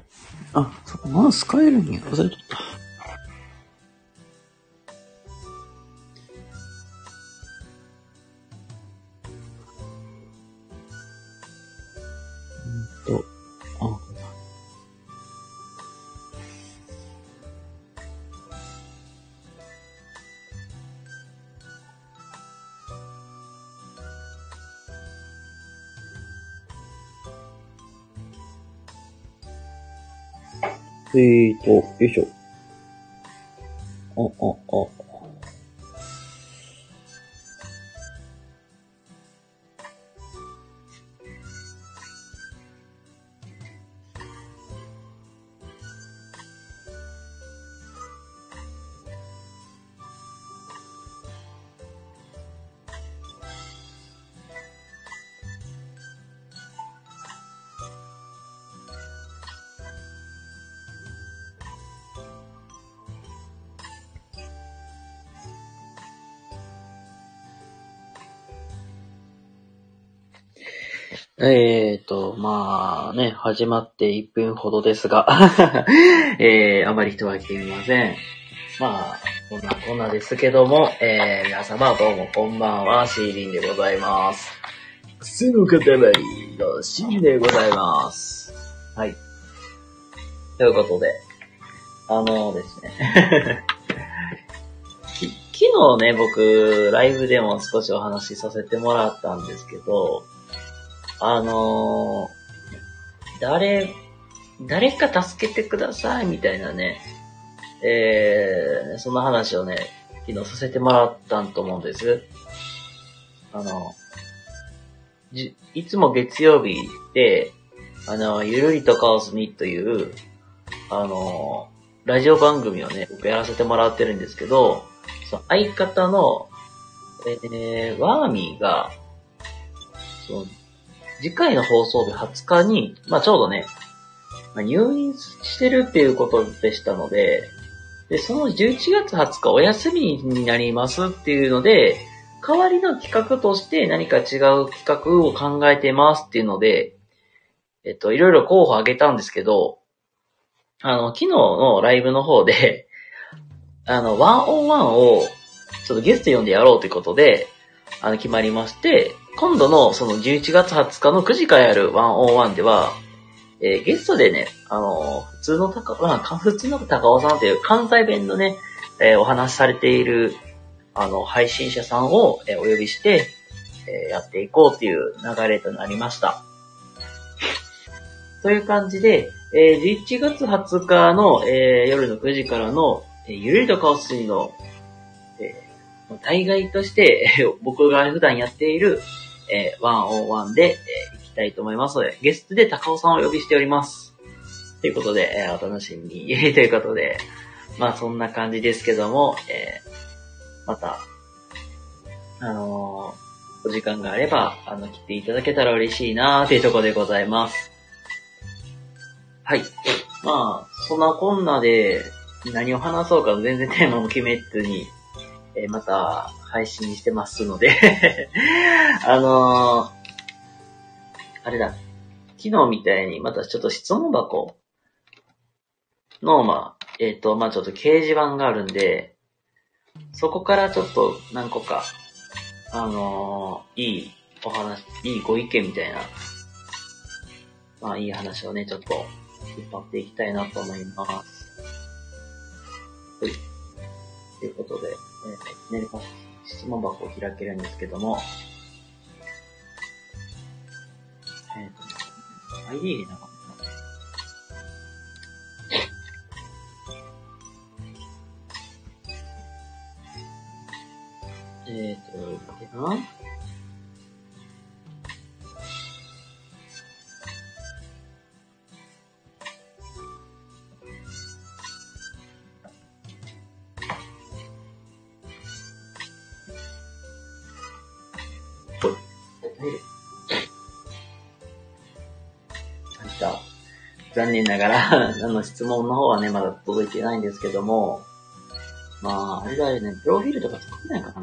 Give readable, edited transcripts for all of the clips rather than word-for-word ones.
あ、そっか、マウス変えるんや。忘れとった。あ、よいしょ。あ。まあね、始まって1分ほどですが、あまり人は来ていません。まあ、こんなですけども、皆様どうもこんばんは、シーリンでございます。癖の塊のシンでございます。はい。ということで、ですね、昨日ね、僕、ライブでも少しお話しさせてもらったんですけど、誰か助けてくださいみたいなね、そんな話をね、昨日させてもらったんと思うんです。いつも月曜日で、ゆるりとカオスにという、ラジオ番組をね、僕やらせてもらってるんですけど、その相方の、ワーミーが、その次回の放送日20日に、まあちょうどね、入院してるっていうことでしたので、その11月20日お休みになりますっていうので、代わりの企画として何か違う企画を考えてますっていうので、いろいろ候補あげたんですけど、昨日のライブの方で、ワンオンワンをちょっとゲスト呼んでやろうということで、決まりまして、今度のその11月20日の9時からやるワンオンワンでは、ゲストでね、普通の高尾さんという関西弁のね、お話しされている、配信者さんを、お呼びして、やっていこうっていう流れとなりました。という感じで、11月20日の、夜の9時からの、ゆるりとカオスにの、大概として、僕が普段やっている、101で、行きたいと思いますので、ゲストで高尾さんをお呼びしております。ということで、お楽しみに。ということで、まあそんな感じですけども、また、お時間があれば、来ていただけたら嬉しいなーというところでございます。はい。まあ、そんなこんなで、何を話そうか全然テーマも決めずに、また配信してますのであれだ、昨日みたいにまたちょっと質問箱の、まあちょっと掲示板があるんで、そこからちょっと何個か、いいお話、いいご意見みたいな、まあいい話をね、ちょっと引っ張っていきたいなと思います。はい。ということで、質問箱を開けるんですけども、ID 入れなかった。これな。残念ながら質問の方はね、まだ届いてないんですけども、まあ、あれだよね、プロフィールとか作ってないかな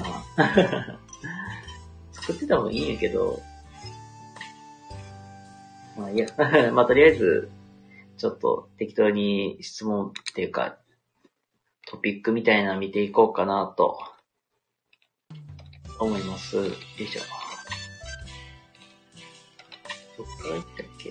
作ってた方がいいんやけど、まあいいや、まあとりあえず、 ちょっと適当に質問っていうか、トピックみたいなの見ていこうかなと思います。よいしょ。どっから行ったっけ？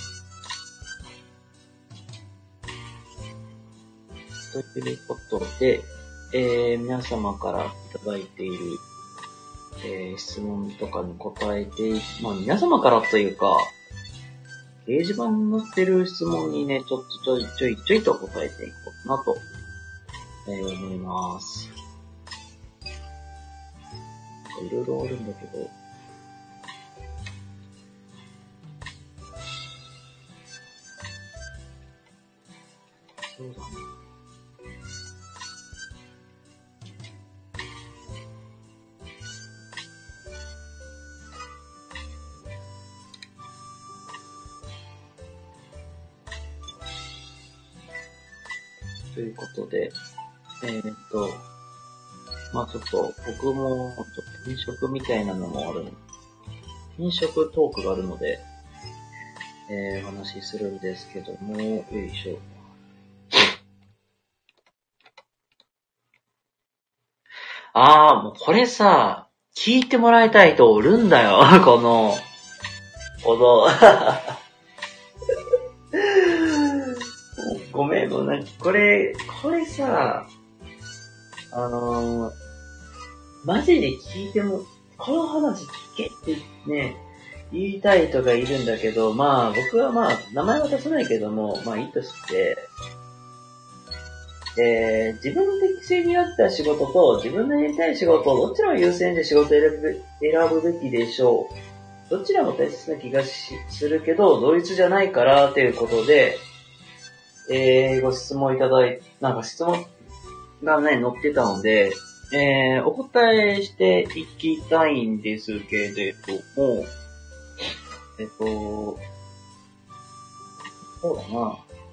ということで、皆様からいただいている、質問とかに答えて、まあ皆様からというか、掲示板に載ってる質問にね、ちょっとちょいと答えていこうかなと、思います。いろいろあるんだけど、そうだね。ということで、まあちょっと、僕も、転職みたいなのもある、転職トークがあるので、お話しするんですけども、よいしょ。もうこれさ、聞いてもらいたい人おるんだよ、この、ごめん、もうなんか、これさ、マジで聞いても、この話聞けってね、言いたい人がいるんだけど、まあ僕はまあ、名前は出さないけども、まあいいとして、自分の適性に合った仕事と自分のやりたい仕事、どちらを優先で仕事を選ぶべきでしょう。どちらも大切な気がするけど、同一じゃないからということで、ご質問いただい、なんか質問がね、載ってたので、お答えしていきたいんですけれども、そうだな。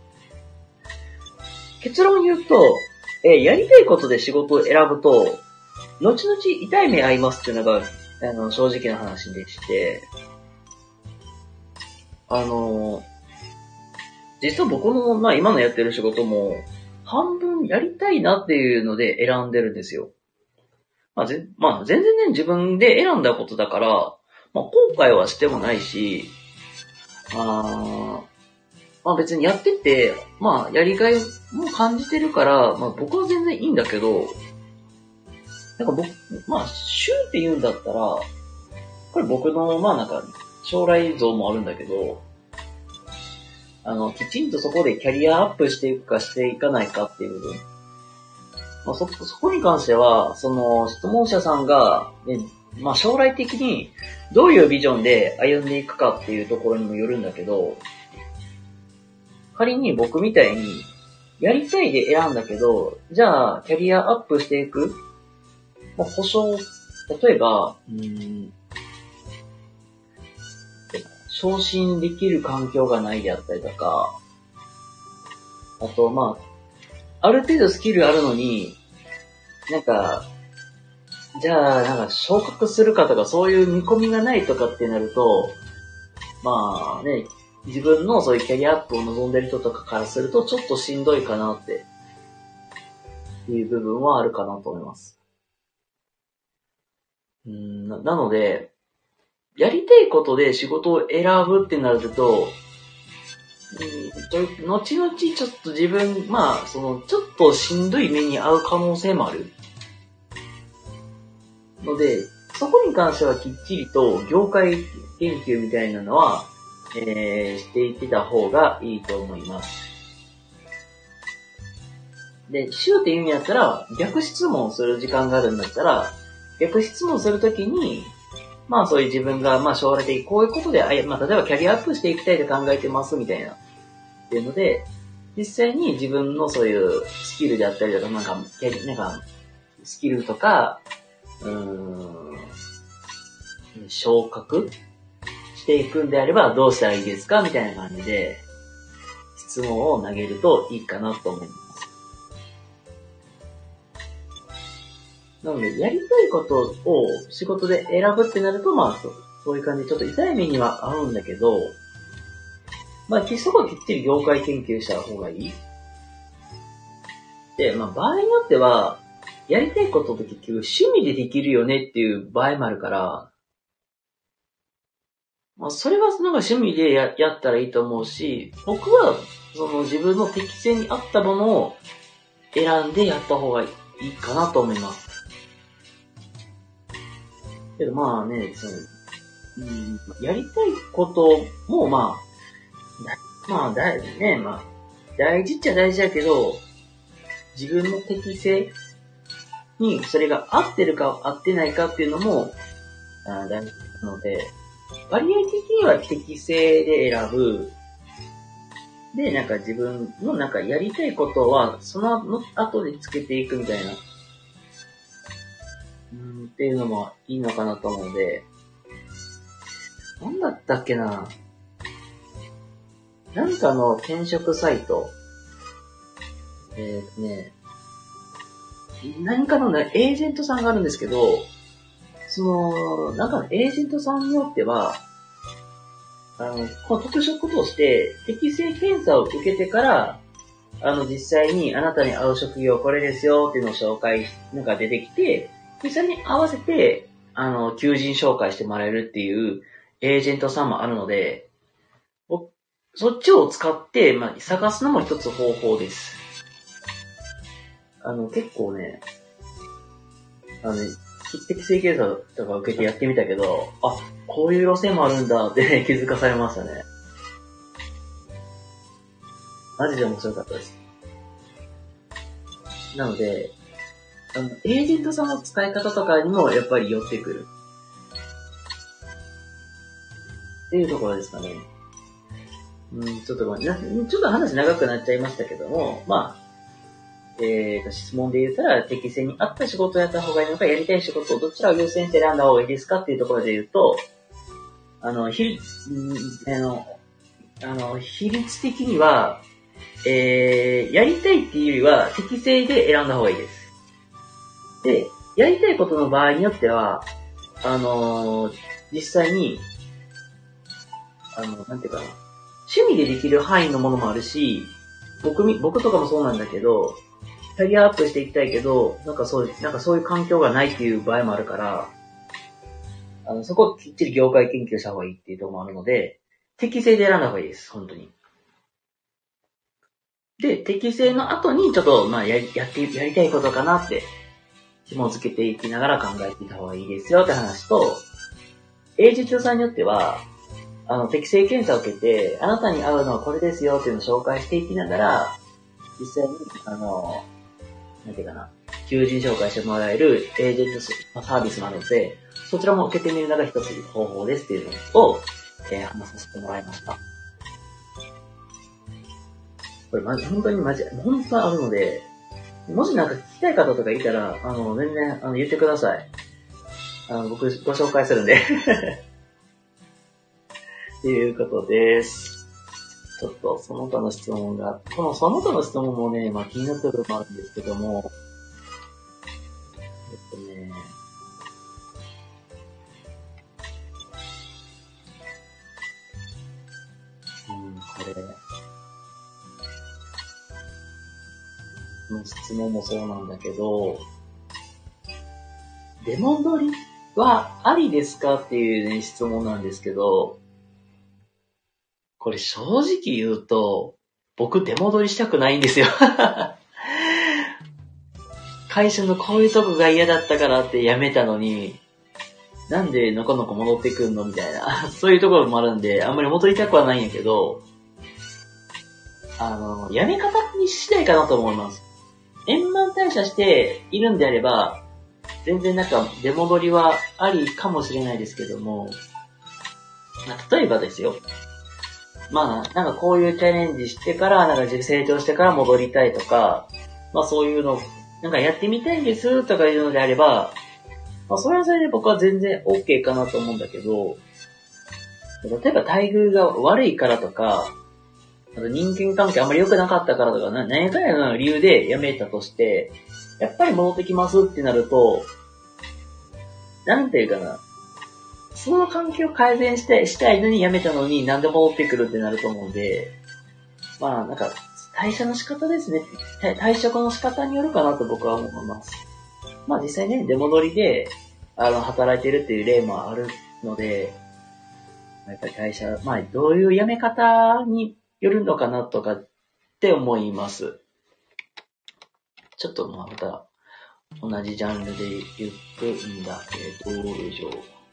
結論言うと、やりたいことで仕事を選ぶと、後々痛い目合いますっていうのが、正直な話でして、実は僕の、まあ今のやってる仕事も、半分やりたいなっていうので選んでるんですよ。まあ全然ね、自分で選んだことだから、まあ後悔はしてもないし、まあ別にやってて、まあやりがいも感じてるから、まあ僕は全然いいんだけど、なんかまあ週って言うんだったら、これ僕の、まあなんか、将来像もあるんだけど、きちんとそこでキャリアアップしていくかしていかないかっていう部分。まあそこに関しては、その質問者さんが、ね、まあ将来的にどういうビジョンで歩んでいくかっていうところにもよるんだけど、仮に僕みたいに、やりたいで選んだけど、じゃあ、キャリアアップしていく、まあ、保証、例えば、昇進できる環境がないであったりとか、あと、まあ、ある程度スキルあるのに、なんか、じゃあ、なんか昇格するかとかそういう見込みがないとかってなると、まあね、自分のそういうキャリアアップを望んでる人とかからするとちょっとしんどいかなっていう部分はあるかなと思います。なので、やりたいことで仕事を選ぶってなると、後々ちょっと自分、まあ、ちょっとしんどい目に遭う可能性もある。ので、そこに関してはきっちりと業界研究みたいなのは、していってた方がいいと思います。で、週っていう意味だったら、逆質問する時間があるんだったら、逆質問するときに、まあそういう自分が、まあ将来的にこういうことで、まあ例えばキャリアアップしていきたいと考えてますみたいな。っていうので、実際に自分のそういうスキルであったりとか、なんかスキルとか、昇格していくんであればどうしたらいいですかみたいな感じで、質問を投げるといいかなと思います。なので、やりたいことを仕事で選ぶってなると、まあ、そういう感じでちょっと痛い目には合うんだけど、 まあ、そこはきっちり業界研究した方がいい。で、まあ、場合によっては、やりたいことって結局趣味でできるよねっていう場合もあるから、まあ、それはなんか趣味でやったらいいと思うし、僕は、その自分の適性に合ったものを選んでやった方がいいかなと思います。けどまあね、やりたいことも大事っちゃ大事だけど、自分の適性にそれが合ってるか合ってないかっていうのも大事なので、割合的には適性で選ぶ。で、なんか自分のなんかやりたいことはその後でつけていくみたいな、っていうのもいいのかなと思うので、なんだったっけな、なんかの転職サイト、何かのね、エージェントさんがあるんですけど、なんかのエージェントさんによっては、この特色として、適正検査を受けてから、実際にあなたに合う職業これですよっていうのを紹介、なんか出てきて、で、それに合わせて、求人紹介してもらえるっていうエージェントさんもあるので、そっちを使って、まあ、探すのも一つ方法です。結構ね、適正検査とか受けてやってみたけど、あ、こういう路線もあるんだって気づかされましたね。マジで面白かったです。なので、エージェントさんの使い方とかにもやっぱり寄ってくる。っていうところですかね。ちょっと話長くなっちゃいましたけども、まあ、質問で言ったら適正に合った仕事をやった方がいいのか、やりたい仕事をどちらを優先して選んだ方がいいですかっていうところで言うと、比率的には、やりたいっていうよりは適正で選んだ方がいいです。で、やりたいことの場合によっては、実際に、なんていうかな、趣味でできる範囲のものもあるし、僕とかもそうなんだけど、キャリアアップしていきたいけど、なんかそういう環境がないっていう場合もあるから、そこをきっちり業界研究した方がいいっていうところもあるので、適正で選んだ方がいいです、本当に。で、適正の後にちょっと、まあ、やりたいことかなって、紐付けていきながら考えていた方がいいですよって話と、エージェントさんによっては、適正検査を受けて、あなたに合うのはこれですよっていうのを紹介していきながら、実際に、なんていうかな、求人紹介してもらえるエージェントサービスなので、そちらも受けてみるのが一つ方法ですっていうのを、話させてもらいました。これ本当に本当はあるので、もしなんか聞きたい方とかいたら、全然、言ってください。僕、ご紹介するんで。っていうことです。ちょっと、その他の質問が、その他の質問もね、まあ気になってる部分もあるんですけども、これ、この質問もそうなんだけど、出戻りはありですかっていうね、質問なんですけど、これ正直言うと、僕出戻りしたくないんですよ。会社のこういうとこが嫌だったからって辞めたのに、なんでのこのこ戻ってくんのみたいな。そういうところもあるんで、あんまり戻りたくはないんやけど、辞め方に次第かなと思います。円満退社しているんであれば、全然なんか出戻りはありかもしれないですけども、例えばですよ。まあ、なんかこういうチャレンジしてから、なんか成長してから戻りたいとか、まあそういうの、なんかやってみたいんですとかいうのであれば、まあそれはそれで僕は全然 OK かなと思うんだけど、例えば待遇が悪いからとか、あと人間関係あんまり良くなかったからとか、何かやの理由で辞めたとして、やっぱり戻ってきますってなると、なんていうかな。 その環境を改善したいのに辞めたのになんで戻ってくるってなると思うんで、まあなんか、退社の仕方ですね。退職の仕方によるかなと僕は思います。まあ実際ね、出戻りで、働いてるっていう例もあるので、やっぱり退社、まあどういう辞め方によるのかなとかって思います。ちょっとまた、同じジャンルで言くんだけど、よいしょ。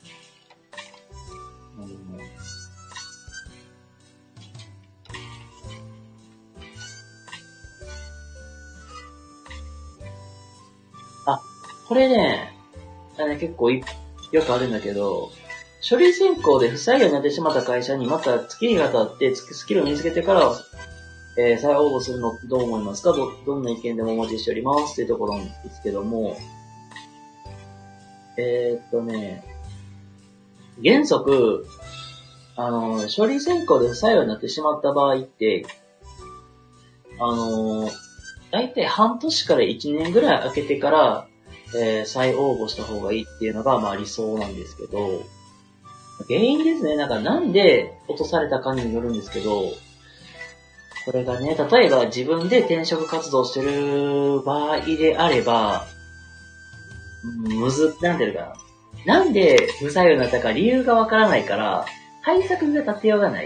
これね、結構よくあるんだけど、書類選考で不採用になってしまった会社にまた月日が経ってスキルを身につけてから、再応募するのどう思いますか？どんな意見でもお待ちしておりますっていうところなんですけども、原則、書類選考で不採用になってしまった場合って、だいたい半年から1年ぐらい空けてから、再応募した方がいいっていうのが、まあ理想なんですけど、原因ですね。なんで落とされたかによるんですけど、これがね、例えば自分で転職活動してる場合であれば、なんていうかな。なんで不採用になったか理由がわからないから、対策が立てようがない。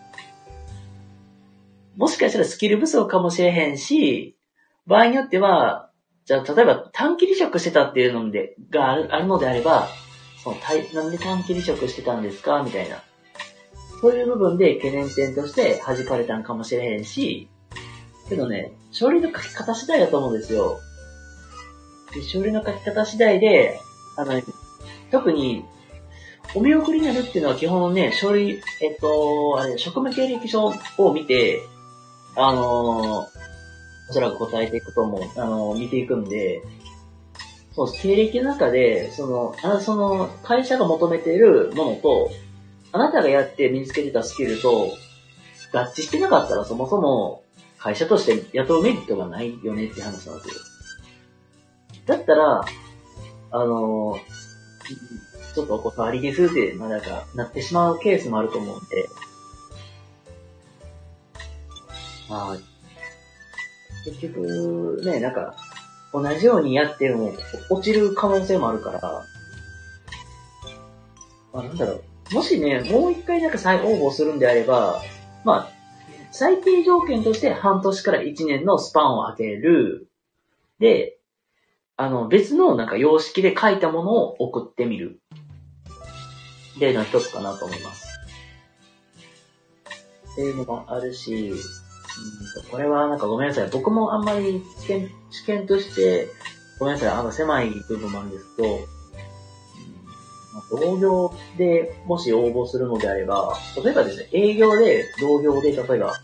もしかしたらスキル不足かもしれへんし、場合によっては、じゃあ例えば短期離職してたっていうのがあるのであれば、なんで短期離職してたんですかみたいな。そういう部分で懸念点として弾かれたんかもしれへんし、けどね、書類の書き方次第だと思うんですよ。で書類の書き方次第で、特に、お見送りになるっていうのは基本ね、書類、職務経歴書を見て、おそらく答えていくと思う、見ていくんで、そう、経歴の中で、その、会社が求めているものと、あなたがやって身につけてたスキルと、合致してなかったらそもそも、会社として雇うメリットがないよねって話なんですよ。だったら、ちょっとお断りですって、なってしまうケースもあると思うんで、まあ、結局、ね、同じようにやっても落ちる可能性もあるから、もしね、もう一回再応募するんであれば、まあ、最低条件として半年から1年のスパンを空ける。で、別の様式で書いたものを送ってみる。っていうのは一つかなと思います。っていうのがあるし、これはごめんなさい。僕もあんまり試験として、ごめんなさい。狭い部分もあるんですけど、同業でもし応募するのであれば、例えばですね、営業で同業で例えば、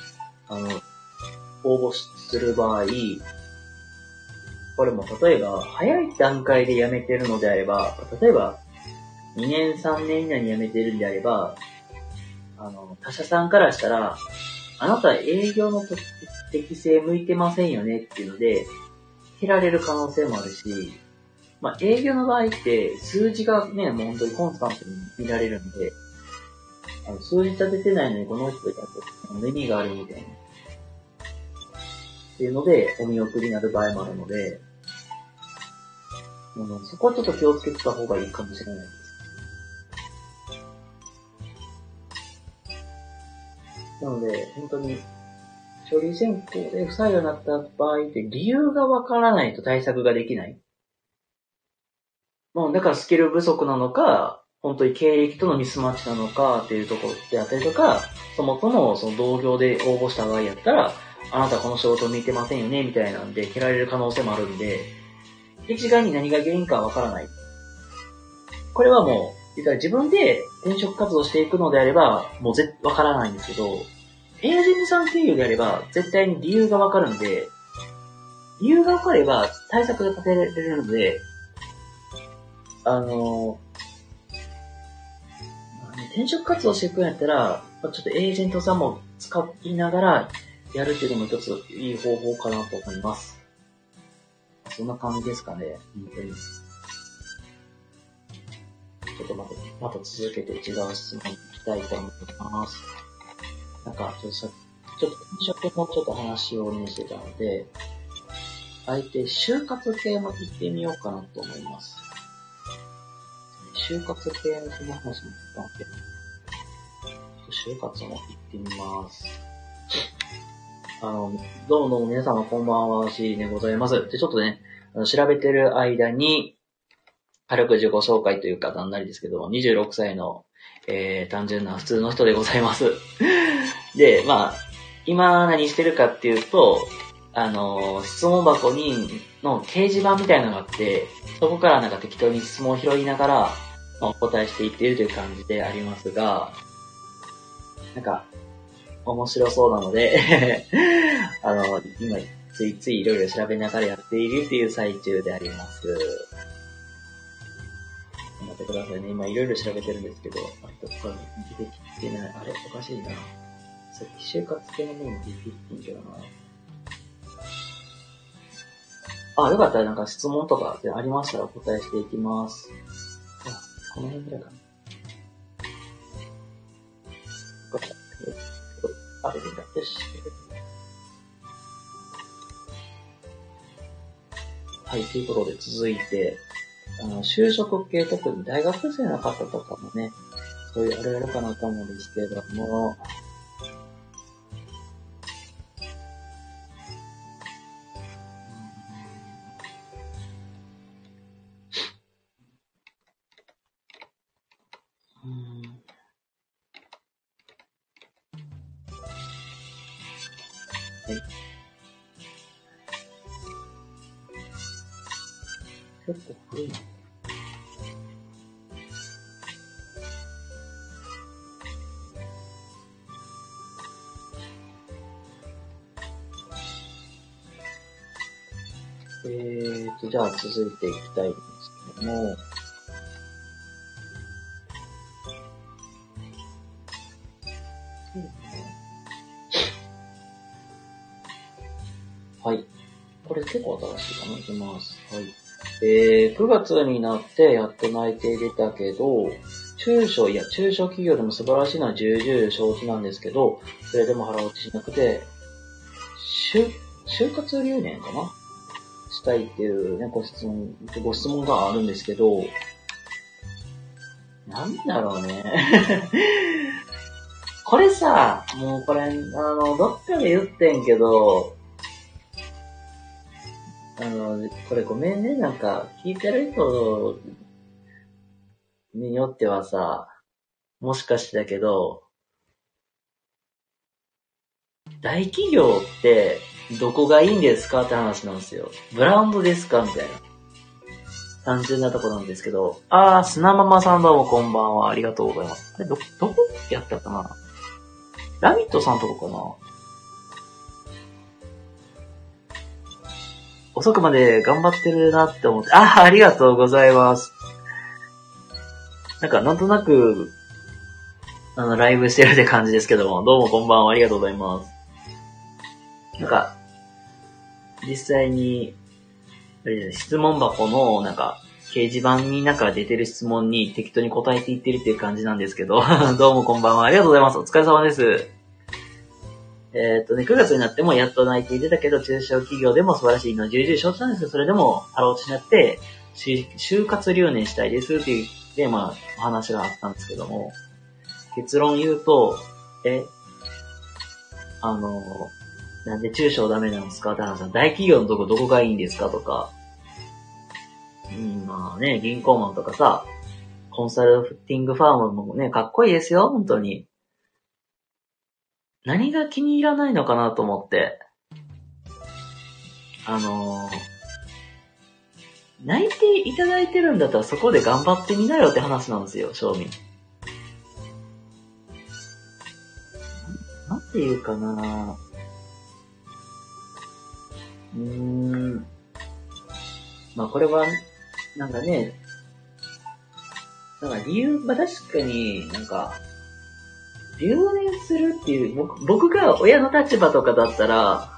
応募する場合、これも例えば、早い段階で辞めてるのであれば、例えば、2年3年以内に辞めてるんであれば、他社さんからしたら、あなた営業の適性向いてませんよねっていうので、切られる可能性もあるし、まあ営業の場合って数字がね、もう本当にコンスタントに見られるんで、数字立ててないのにこの人やって意味があるみたいな。っていうので、お見送りになる場合もあるので、そこはちょっと気をつけてた方がいいかもしれないです。なので、本当に、書類選考で不採用になった場合って理由がわからないと対策ができない。もうだからスキル不足なのか、本当に経歴とのミスマッチなのかっていうところであったりとか、そもそもその同業で応募した場合やったら、あなたこの仕事見てませんよねみたいなんで切られる可能性もあるんで、一概に何が原因かわからない。これはもう、自分で転職活動していくのであれば、もうわからないんですけど、エージェントさん経由であれば、絶対に理由がわかるんで、理由がわかれば対策が立てられるので、転職活動していくんやったら、ちょっとエージェントさんも使いながらやるっていうのも一ついい方法かなと思います。そんな感じですかね。本当に。 ちょっとまた続けて違う質問に行きたいと思います。なんか、ちょっと転職もちょっと話をねしてたので、相手、就活系も行ってみようかなと思います。就活系のその話もしたので、就活も行ってみます。どうも皆様こんばんは、しーでございます。で、ちょっとね、調べてる間に、軽く自己紹介というか、なんなりですけど、26歳の、単純な普通の人でございます。で、まあ、今何してるかっていうと、質問箱の掲示板みたいなのがあって、そこからなんか適当に質問を拾いながら、まあ、お答えしていっているという感じでありますが、なんか、面白そうなので、今、ついついいろいろ調べながらやっているっていう最中であります。待ってくださいね。今いろいろ調べてるんですけど、あとこれ出てきてない。あれおかしいな。さっき就活系のメニュー出てきてんけどな。よかったらなんか質問とかありましたらお答えしていきます。この辺ぐらいかな。出てきた。よし。はい、ということで続いて、就職系特に大学生の方とかもね、そういうあれあるかなと思うんですけれども、はい。結構古いな。じゃあ続いていきたいんですけども、はい。これ結構新しいかな。いきます。はい。9月になってやっと内定出たけど、中小企業でも素晴らしいのは重々承知なんですけど、それでも腹落ちしなくて、就活留年かなしたいっていうね、ご質問があるんですけど、なんだろうね。これさ、もうこれ、どっかで言ってんけど、これごめんね、なんか、聞いてる人によってはさ、もしかしてだけど、大企業ってどこがいいんですかって話なんですよ。ブランドですかみたいな。単純なところなんですけど。砂ママさんどうもこんばんは。ありがとうございます。あれ、どこやったかなラビットさんとこかな遅くまで頑張ってるなって思って。ありがとうございます。なんとなく、ライブしてるって感じですけども、どうもこんばんは。ありがとうございます。実際に、質問箱の、掲示板に出てる質問に適当に答えていってるっていう感じなんですけど、どうもこんばんは。ありがとうございます。お疲れ様です。9月になってもやっと内定出たけど、中小企業でも素晴らしいのは重々承知なんですけど、それでも腹落ちになって、就活留年したいですっていう、で、お話があったんですけども、結論言うと、なんで中小ダメなんですかって話は、大企業のとこどこがいいんですかとか、銀行マンとかさ、コンサルティングファームもね、かっこいいですよ、本当に。何が気に入らないのかなと思って。内定いただいてるんだったらそこで頑張ってみなよって話なんですよ、正味。なんていうかなこれは、理由、確かに留年するっていう、僕が親の立場とかだったら、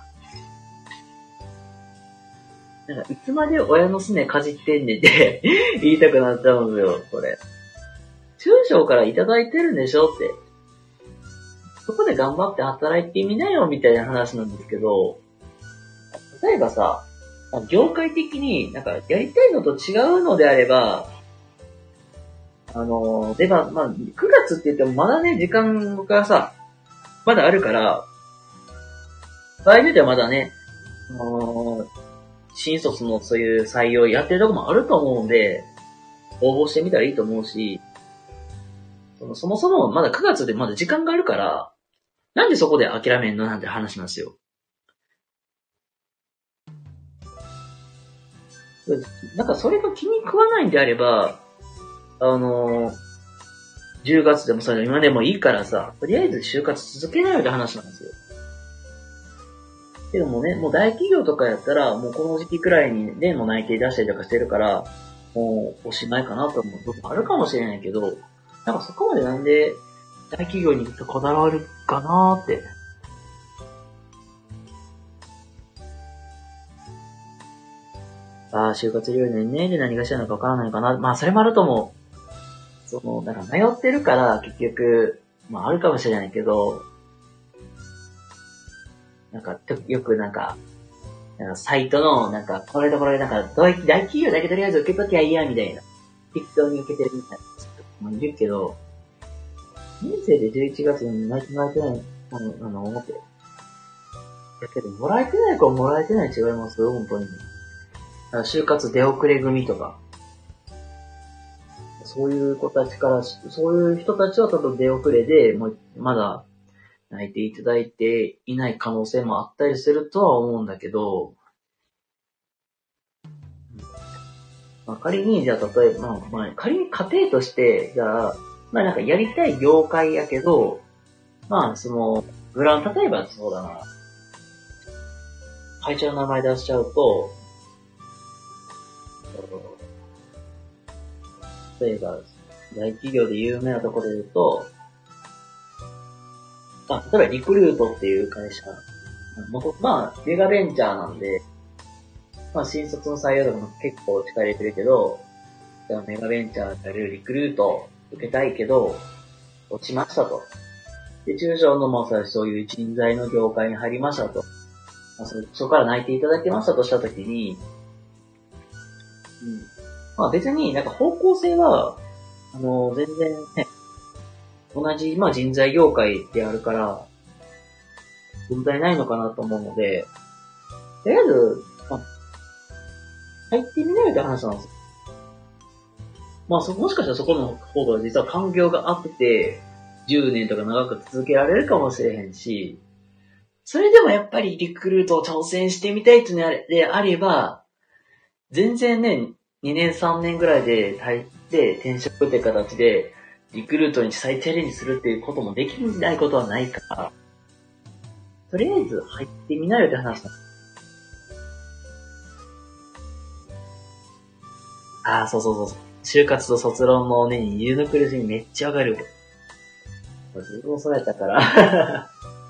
いつまで親のすねかじってんねんって言いたくなっちゃうんですよ、これ。 中小からいただいてるんでしょって。そこで頑張って働いてみなよみたいな話なんですけど、例えばさ、業界的になんかやりたいのと違うのであれば、で、まあ、9月って言ってもまだね、時間がさ、まだあるから、場合によってはまだね、新卒のそういう採用やってるとこもあると思うんで、応募してみたらいいと思うし、そもそもまだ9月でまだ時間があるから、なんでそこで諦めんのなんて話なんですよ。なんかそれが気に食わないんであれば、10月でもそれ今でもいいからさ、とりあえず就活続けないよって話なんですよ。けどもね、もう大企業とかやったら、もうこの時期くらいにね、もう内定出したりとかしてるから、もうおしまいかなと思う部分あるかもしれないけど、なんかそこまでなんで大企業にこだわるかなーって。就活留年ね、で何がしたのかわからないかな。まあそれもあると思う。なんか迷ってるから、結局、まああるかもしれないけど、なんか、よくなんかサイトの、なんか、これとこれ、なんか、大企業だけとりあえず受けときゃいいや、みたいな。適当に受けてるみたいな人もいるけど、年生で11月に泣いてもらえてない、思って。だけど、もらえてない子はもらえてない違いますよ、本当に。就活出遅れ組とか。そういう子たちから、そういう人たちは多分出遅れで、もう、まだ、泣いていただいていない可能性もあったりするとは思うんだけど、仮に、じゃあ、例えば、仮に家庭として、じゃあ、なんかやりたい業界やけど、例えばそうだな、会社の名前出しちゃうと、例えば、大企業で有名なところで言うと、例えばリクルートっていう会社、メガベンチャーなんで、新卒の採用とかも結構力入れてるけど、じゃあメガベンチャーであるリクルート受けたいけど、落ちましたと。で、中小のそういう人材の業界に入りましたと。そこから内定いただきましたとしたときに、別になんか方向性は、全然ね、同じ、人材業界であるから、問題ないのかなと思うので、とりあえず、入ってみないって話なんですよ。もしかしたらそこの方が実は環境があってて、10年とか長く続けられるかもしれへんし、それでもやっぱりリクルートを挑戦してみたいってであれば、全然ね、2年3年ぐらいで転職って形で、リクルートに再チャレンジするっていうこともできないことはないから、とりあえず入ってみなよって話なんです。そう。就活と卒論のね、二重の苦しみめっちゃわかる。自分もそうやったから。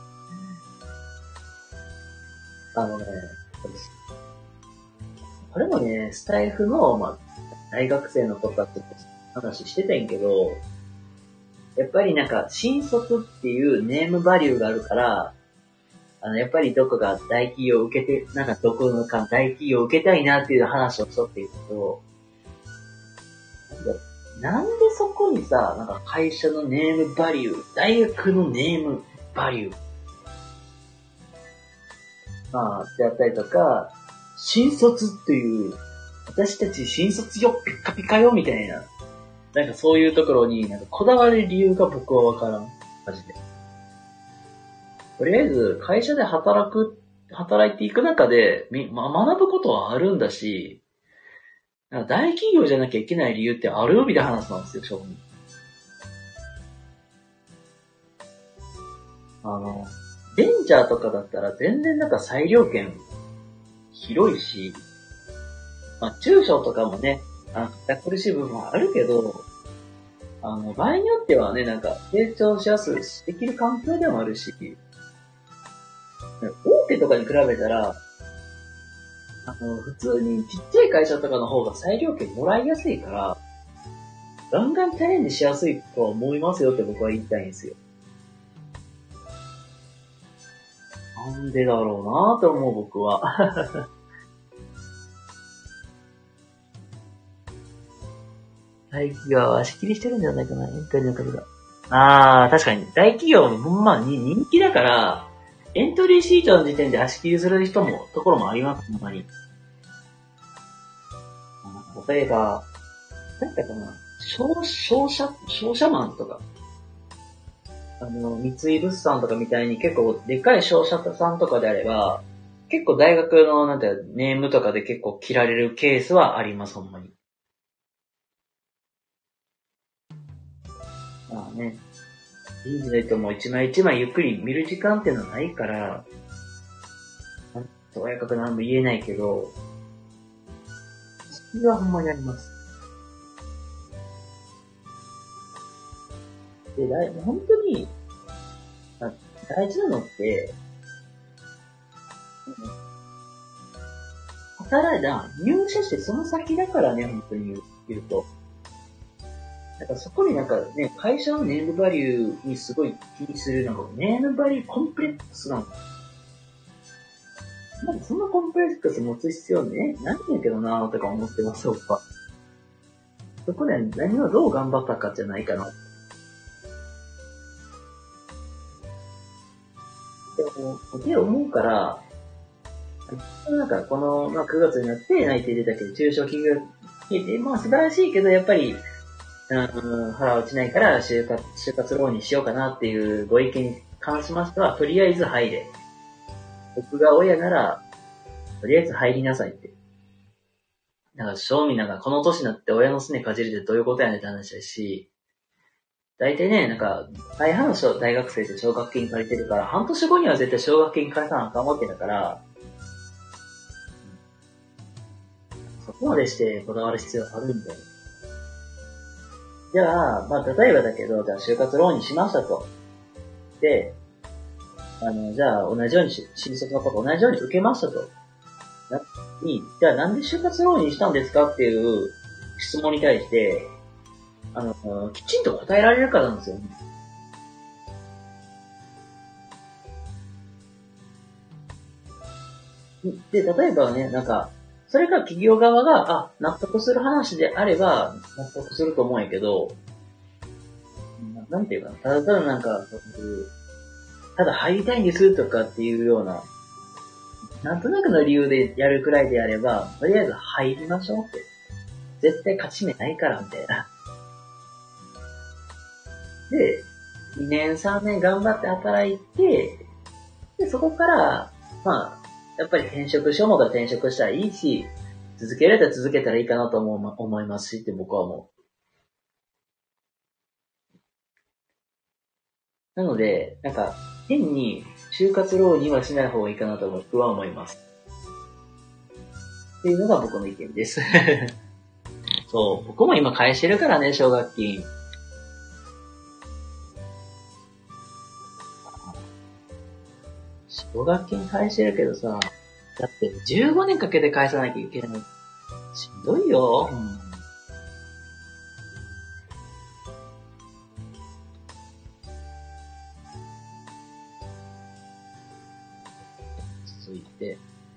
これもね、スタイフの、大学生の子たちと話してたんやけど、やっぱりなんか、新卒っていうネームバリューがあるから、やっぱりどこが大企業を受けて、なんかどこのか大企業を受けたいなっていう話をしとって言うと、なんでそこにさ、なんか会社のネームバリュー、大学のネームバリュー、であったりとか、新卒っていう、私たち新卒よ、ピッカピカよ、みたいな。なんかそういうところに、なんかこだわる理由が僕はわからん。マジで。とりあえず、会社で働いていく中で、学ぶことはあるんだし、なんか大企業じゃなきゃいけない理由ってあるよみたいな話なんですよ、正味。ベンチャーとかだったら全然なんか裁量権広いし、中小とかもね、苦しい部分はあるけど、場合によってはね、なんか成長しやすいできる環境でもあるし、大手とかに比べたら、普通にちっちゃい会社とかの方が裁量権もらいやすいから、 ガンガンチャレンジしやすいとは思いますよって僕は言いたいんですよ。なんでだろうなぁと思う僕は。大企業は仕切りしてるんじゃないかな、エントリーの数が。確かに。大企業もまあ人気だから、エントリーシートの時点で足切りするところもあります、ほんまに。例えば、なんだかな、商社マンとか、三井物産とかみたいに結構でかい商社さんとかであれば、結構大学のネームとかで結構切られるケースはあります、ほんまに。まあね、人事の人も一枚一枚ゆっくり見る時間っていうのはないから、とやかく何も言えないけど、それはほんまにあります。で、本当に、大事なのって、入社してその先だからね、本当に言うと。だからそこに会社のネームバリューにすごい気にする、ネームバリューコンプレックスなの。そんなコンプレックス持つ必要ね、ないんやけどなぁとか思ってます、僕は。そこで何をどう頑張ったかじゃないかな。でも、って思うから、この、9月になって内定出たけど、中小企業で、素晴らしいけど、やっぱり、腹落ちないから就活ローンにしようかなっていうご意見に関しましては、とりあえず入れ。僕が親なら、とりあえず入りなさいって。正味この年になって親のすねかじるってどういうことやねんって話だし、大体ね、大半の大学生って奨学金借りてるから、半年後には絶対奨学金返さなあかんわけだから、そこまでしてこだわる必要あるんだよ。じゃあ、例えばだけど、じゃあ就活ローンにしましたと。で、じゃあ同じように新卒のこと同じように受けましたと。じゃあなんで就活ローンにしたんですかっていう質問に対して、きちんと答えられるからなんですよね。で、例えばね、それが企業側が、納得する話であれば、納得すると思うんやけど、なんていうかな、ただただただ入りたいんですとかっていうような、なんとなくの理由でやるくらいであれば、とりあえず入りましょうって。絶対勝ち目ないから、みたいな。で、2年3年頑張って働いて、で、そこから、やっぱり転職しようもたら転職したらいいし、続けられたら続けたらいいかなと思いますしって僕は思う。なので、変に就活浪にはしない方がいいかなと僕は思います。っていうのが僕の意見です。そう、僕も今返してるからね、奨学金。奨学金返してるけどさ、だって15年かけて返さなきゃいけない。しんどいよ。続いて。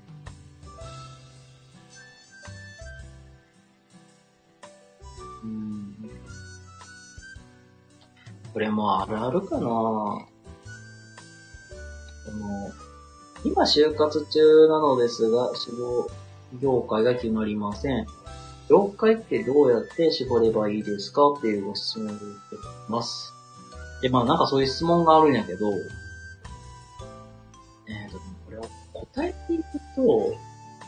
これもあるあるかな。今就活中なのですが、志望業界が決まりません。業界ってどうやって絞ればいいですかっていうご質問を受けてます。で、そういう質問があるんやけど、これを答えていくと、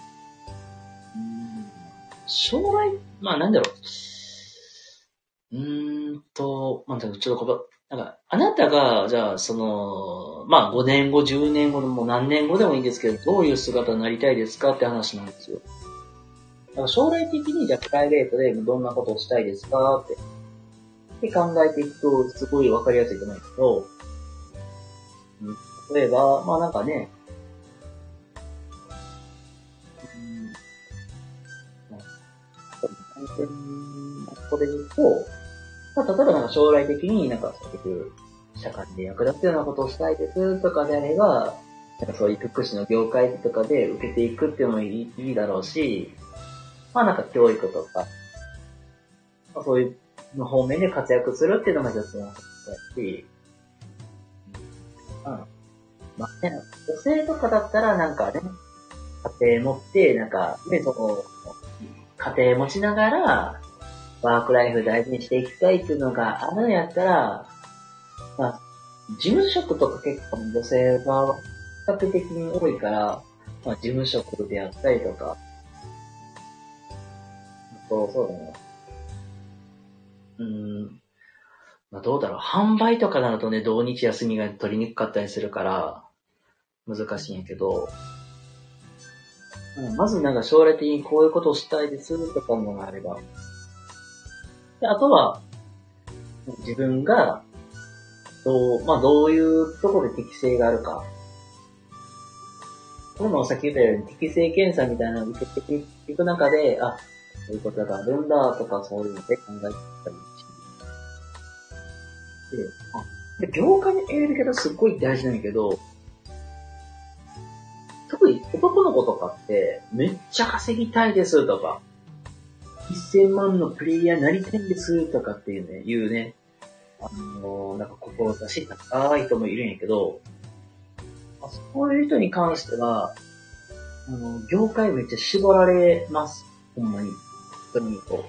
将来、なんだろう。ちょっとあなたが、じゃあ、5年後、10年後でも何年後でもいいんですけど、どういう姿になりたいですかって話なんですよ。将来的に、じゃあ、プライベートでどんなことをしたいですかって考えていくと、すごいわかりやすいと思うんですけど、例えば、これ言うと、 まあ、例えばなんか将来的になんかそういう社会で役立つようなことをしたいですとかであれば、なんかそういう福祉の業界とかで受けていくっていうのもいいだろうし、まあなんか教育とか、まあ、そういうの方面で活躍するっていうのが一つのことだし、うん。まあね、女性とかだったらなんかね、家庭持って、なんか、ね、その、家庭持ちながら、ワークライフ大事にしていきたいっていうのがあるんやったら、まあ、事務職とか結構女性は比較的に多いから、まあ、事務職であったりとか、そうだね。まあ、どうだろう。販売とかなるとね、土日休みが取りにくかったりするから、難しいんやけど、まずなんか将来的にこういうことをしたいですとかものがあれば。で、あとは、自分が、どういうところで適性があるか。これもさっき言ったように適性検査みたいなのを受けていく中で、あ、そういうことがあるんだとかそういうので考えていったりして、業界の選び方すっごい大事なんやけど、特に男の子とかって、めっちゃ稼ぎたいですとか、1000万のプレイヤーになりたいんですとかっていうね、なんか志高い人もいるんやけど、そういう人に関しては、業界めっちゃ絞られます。ほんまに。本当にこ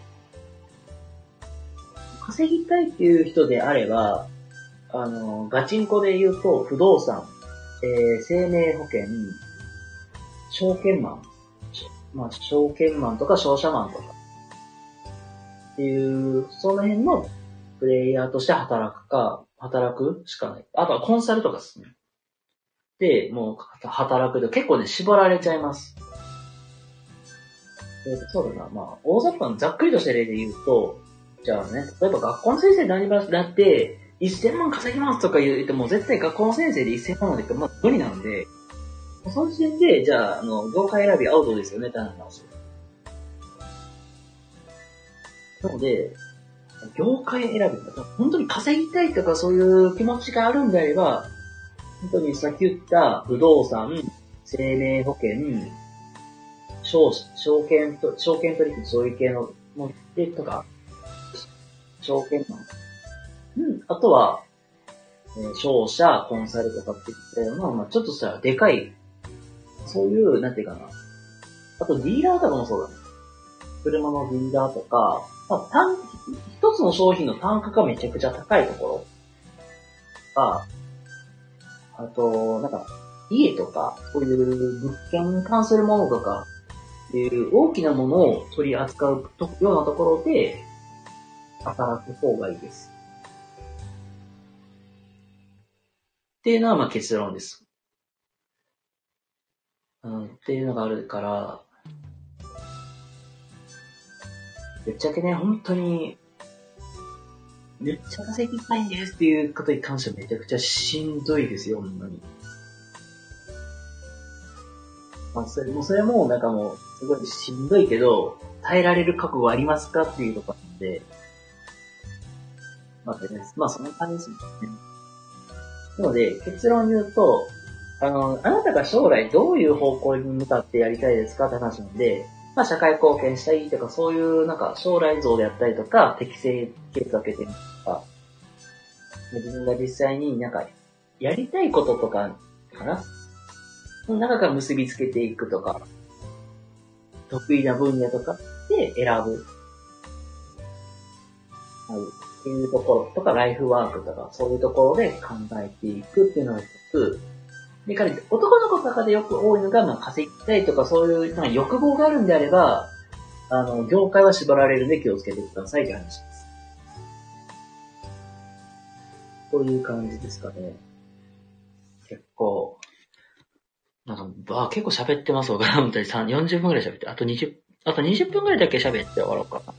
う。稼ぎたいっていう人であれば、ガチンコで言うと、不動産、生命保険、証券マン、まあ、証券マンとか商社マンとかっていう、その辺のプレイヤーとして働くしかない。あとはコンサルとかですね。で、もう働くと結構ね、絞られちゃいます。そうだな。まあ、大雑把なざっくりとした例で言うと、じゃあね、例えば学校の先生になって、1000万稼ぎますとか言っても絶対学校の先生で1000万までまあ無理なんで、その時点で、じゃあ、業界選びアウトですよねって話なんですよ。なので、業界選び、本当に稼ぎたいとかそういう気持ちがあるんであれば、本当にさっき言った不動産、生命保険、証券取引、そういう系のもでとか、証券マン。あとは、商社、コンサルとかって言ったような、まあちょっとしたらでかい、そういう、なんていうかな。あと、ディーラーとかもそうだね。車のディーラーとか、まあ、一つの商品の単価がめちゃくちゃ高いところか、あと、なんか、家とか、そういう物件に関するものとか、っていう大きなものを取り扱うようなところで、働く方がいいです。っていうのは、まあ結論です。っていうのがあるから、ぶっちゃけね、本当に、めっちゃ稼ぎたいんですっていうことに関してはめちゃくちゃしんどいですよ、ほんまに。まあ、それも、なんかもう、すごいしんどいけど、耐えられる覚悟ありますかっていうところなんで、まあ、その感じですね。なので、結論言うと、あなたが将来どういう方向に向かってやりたいですかって話なんで、まあ、社会貢献したいとか、そういう、なんか、将来像であったりとか、適正計画けてみるとか、自分が実際になんか、やりたいこととか、かなその中から結びつけていくとか、得意な分野とかで選ぶ。はい。っていうところとか、ライフワークとか、そういうところで考えていくっていうのが一つ。で、男の子の中でよく多いのが、まあ、稼ぎたいとか、そういう、なんか欲望があるんであれば、業界は縛られるんで気をつけてくださいって話です。という感じですかね。結構、結構喋ってますわ。本当に40分くらい喋って、あと20分くらいだけ喋って終わろうかな。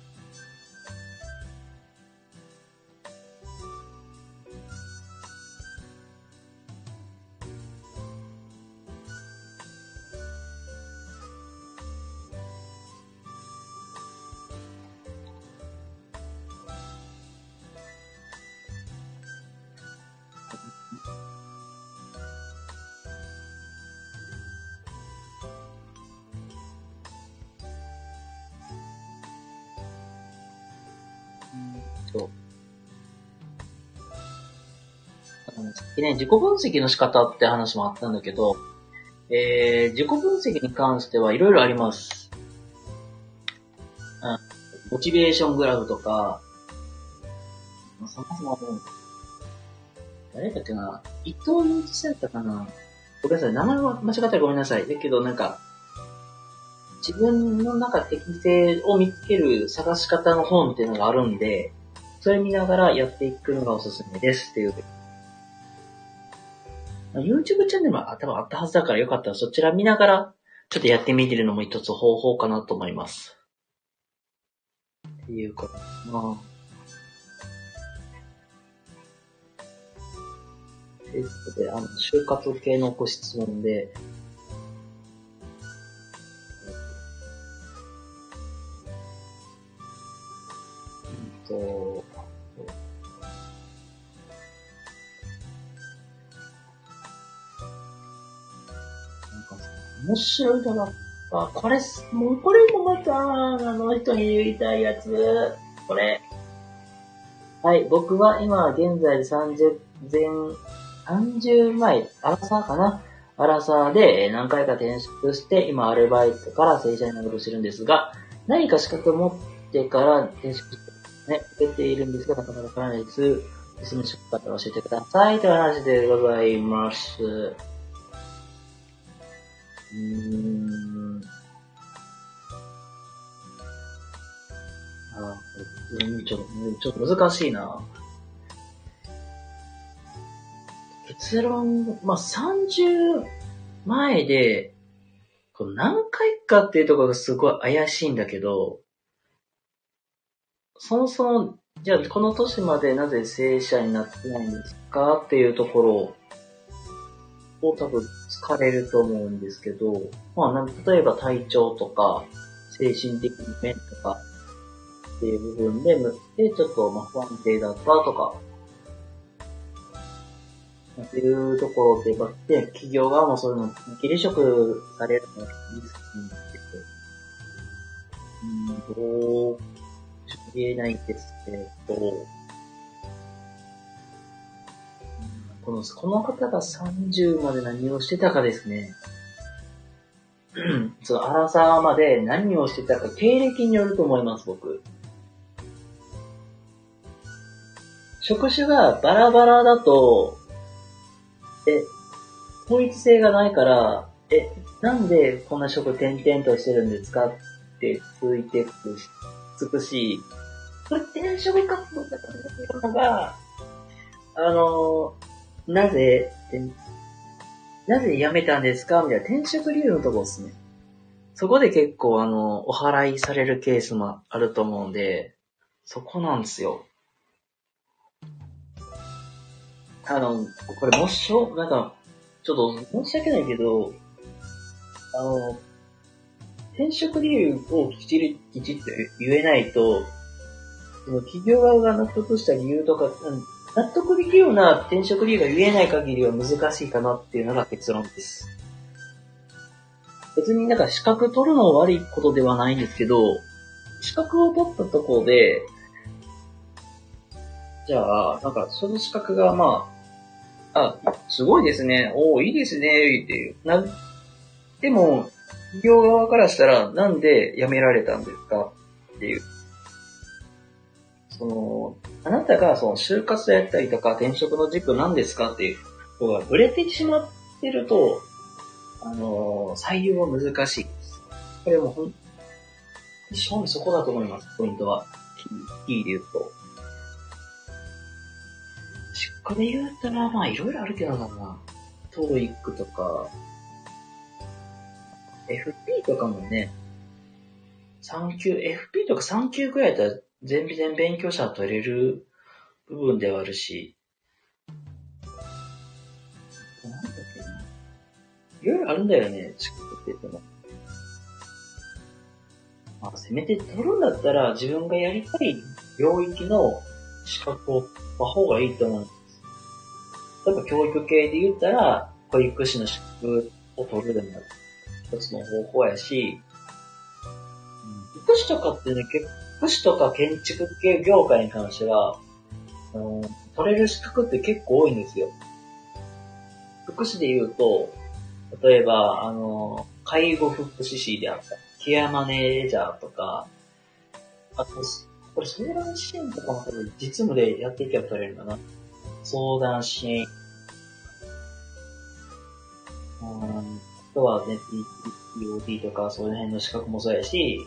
きね、自己分析の仕方って話もあったんだけど、自己分析に関してはいろいろあります。モチベーショングラフとか、そもそも誰だっけな、伊藤祐一さんだったかな、ごめんなさい、名前は間違ったらごめんなさい。だけどなんか、自分の中適性を見つける探し方の本っていうのがあるんで、それ見ながらやっていくのがおすすめですっていう。YouTube チャンネルも多分あったはずだからよかったらそちら見ながらちょっとやってみてるのも一つ方法かなと思います。っていうことかな。ということで、就活系のご質問で、面白いのが、これもまた、あの人に言いたいやつ。これ。はい、僕は今現在30前、アラサーかな、アラサーで何回か転職して、今アルバイトから正社員のことをしてるんですが、何か資格を持ってから転職してね、受けているんですが、なかなかわからないです。おすすめ仕方教えてくださいという話でございます。ちょっと難しいな。結論、30前で、何回かっていうところがすごい怪しいんだけど、そもそも、じゃあこの年までなぜ正社員になってないんですかっていうところを多分疲れると思うんですけど、例えば体調とか、精神的面とかっていう部分で、ちょっと不安定だったとか、っていうところで、企業側もそういうの、離職されるのがいいですけど、どう言えないんですけど、この方が30まで何をしてたかですね。そのアラサーまで何をしてたか、経歴によると思います、僕。職種がバラバラだと、統一性がないから、なんでこんな職転々としてるんですかってつくし、これ転職活動だからっていうのが、なぜ辞めたんですかみたいな転職理由のところですね。そこで結構お払いされるケースもあると思うんで、そこなんですよ。これなんか、ちょっと申し訳ないけど、転職理由をきちっと言えないと、その企業側が納得した理由とか、納得できるような転職理由が言えない限りは難しいかなっていうのが結論です。別になんか資格取るの悪いことではないんですけど、資格を取ったところで、じゃあ、なんかその資格がすごいですね。いいですね。っていう。でも、企業側からしたら、なんで辞められたんですかっていう。あなたが就活やったりとか転職の軸何ですかっていうのがブレてしまってると、採用は難しいです。これも正味そこだと思います、ポイントは。キーで言うと。資格で言うたら、いろいろあるけどな。TOEIC とか、FP とかもね、FP とか3級くらいだったら全然勉強者取れる部分ではあるし、なんだっけな。いろいろあるんだよね、資格って言っても。せめて取るんだったら自分がやりたい領域の資格を取った方がいいと思うんです。例えば教育系で言ったら、保育士の資格を取るのも一つの方法やし、福祉とかってね、福祉とか建築系業界に関しては、取れる資格って結構多いんですよ。 福祉で言うと、例えば、介護福祉士であった、ケアマネージャーとか、あと、これ相談支援とかも多分実務でやっていけば取れるんだな。相談支援。あとはね、POT とかそういう辺の資格もそうやし、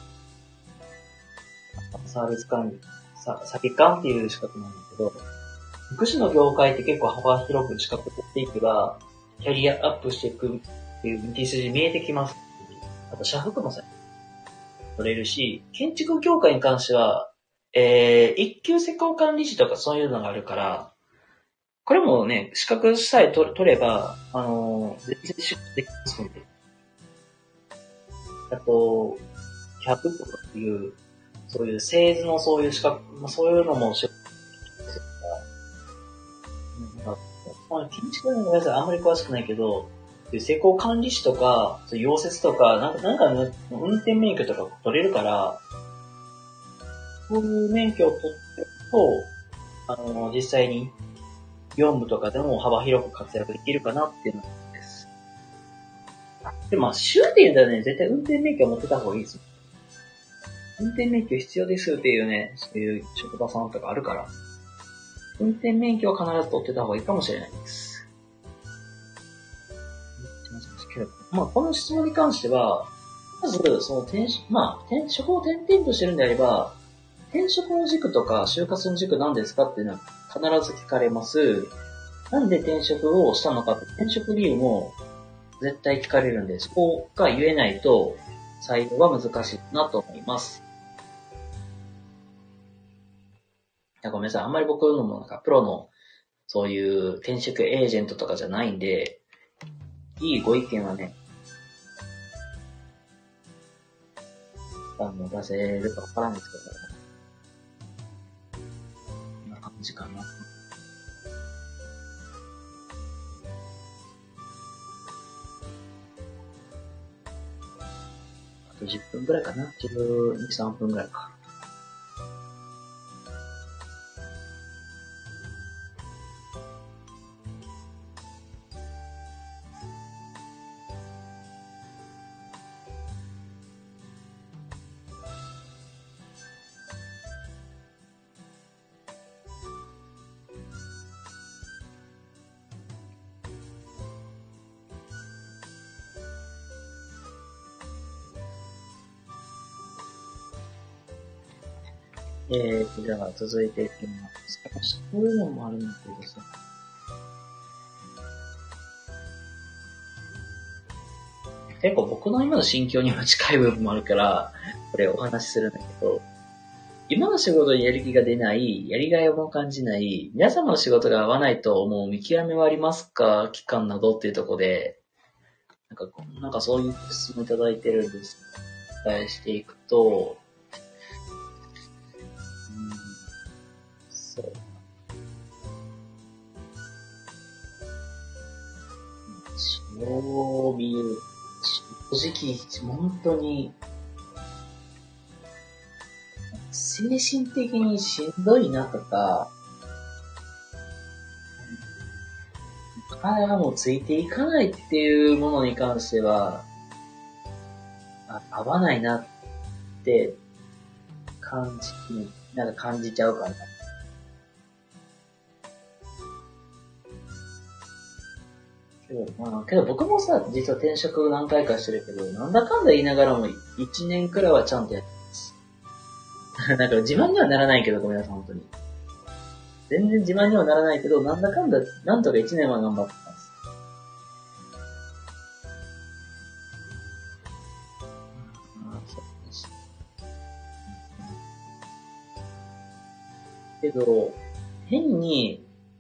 サービス管理、サビ管っていう資格なんだけど、福祉の業界って結構幅広く資格取っていけば、キャリアアップしていくっていう道筋見えてきます。あと、社服もさ、取れるし、建築業界に関しては、一級施工管理士とかそういうのがあるから、これもね、資格さえ取れば、全然仕事できますので。あと、キャップとかっていう、そういう製図のそういう資格、そういうのも仕事ですから、建築のごめんなさい、あんまり詳しくないけど、施工管理士とか、溶接とか、なんか運転免許とか取れるから、そういう免許を取ってると、実際に、業務とかでも幅広く活躍できるかなっていうのです。でも、州で言うんだよね、絶対運転免許を持ってた方がいいですよ。運転免許必要ですっていうね、そういう職場さんとかあるから、運転免許は必ず取ってた方がいいかもしれないです。まあ、この質問に関しては、まず、その転職を転々としてるんであれば、転職の軸とか就活の軸何ですかっていうのは必ず聞かれます。なんで転職をしたのかって、転職理由も絶対聞かれるんで、そこが言えないと採用は難しいなと思います。ごめんなさい。あんまり僕のもなんかプロのそういう転職エージェントとかじゃないんで、いいご意見はね、出せるかわからないですけど、こんな感じかな。あと10分くらいかな。12、3分くらいか。じゃあ続いていきます。こういうのもあるんだけどさ。結構僕の今の心境には近い部分もあるから、これお話しするんだけど、今の仕事にやる気が出ない、やりがいをも感じない、皆様の仕事が合わないと思う見極めはありますか期間などっていうところで、なんかそういう質問いただいてるんです。お伝えしていくと、そう。そう見る。正直、本当に、精神的にしんどいなとか、体がもうついていかないっていうものに関しては、合わないなって感じちゃうかな。けど僕もさ、実は転職何回かしてるけど、なんだかんだ言いながらも1年くらいはちゃんとやってます。なんか自慢にはならないけど、ごめんなさい、本当に。全然自慢にはならないけど、なんだかんだ、なんとか1年は頑張ってます。そうですけど、変に、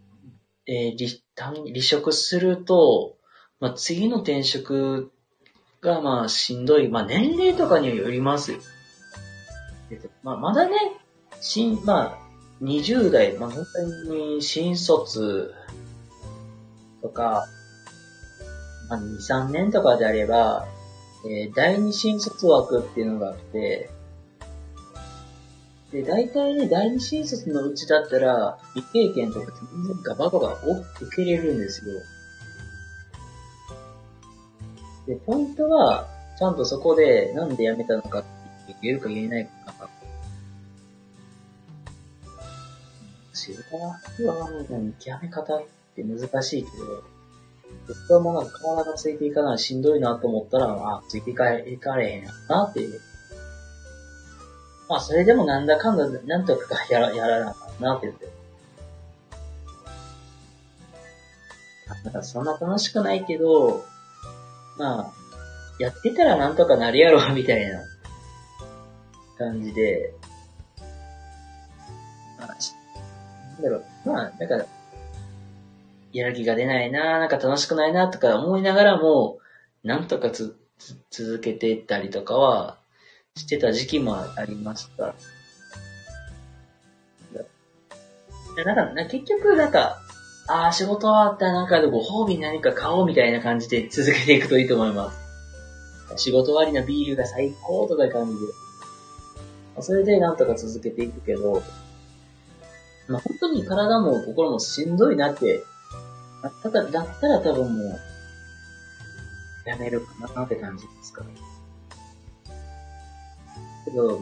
離職すると、次の転職がしんどい。年齢とかによりますよ。まだね、20代、本当に新卒とか、2、3年とかであれば、第二新卒枠っていうのがあって、で、大体ね、第二新卒のうちだったら、未経験とか全然ガバガバ受けれるんですよ。 で、ポイントは、ちゃんとそこでなんで辞めたのかって言えるか言えないかが、仕事はもう見極め方って難しいけど、僕はもうなんか体がついていかないしんどいなと思ったら、あ、ついていかれへんやなっていう。まあそれでもなんだかんだ、なんとかやらなあかんなって言って。なんかそんな楽しくないけど、まあ、やってたらなんとかなるやろ、みたいな感じで、まあ、なんだろう、まあ、なんか、やる気が出ないな、なんか楽しくないな、とか思いながらも、なんとか続けていったりとかは、してた時期もありました。結局、仕事終わったらなんかご褒美に何か買おうみたいな感じで続けていくといいと思います。仕事終わりのビールが最高とかいう感じで。それでなんとか続けていくけど、まあ、本当に体も心もしんどいなってだったら多分もう、やめるかなって感じですかね。けど、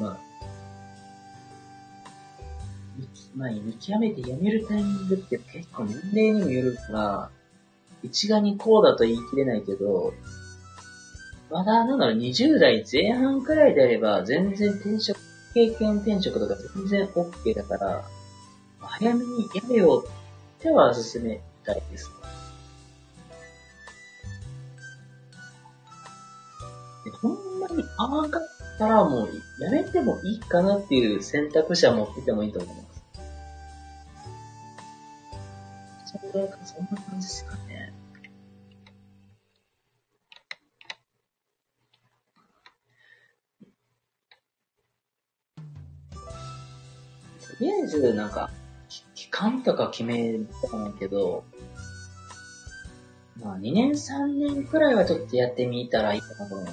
見極めてやめるタイミングって結構年齢にもよるから、一概にこうだと言い切れないけど、まだ20代前半くらいであれば、全然経験転職とか全然 OK だから、早めにやめようっては勧めたいです。ほんまに合わんかったらもうやめてもいいかなっていう選択肢は持っててもいいと思います。そんな感じですかね。とりあえず期間とか決めたないけど、まあ2年3年くらいはちょっとやってみたらいいかなと思います。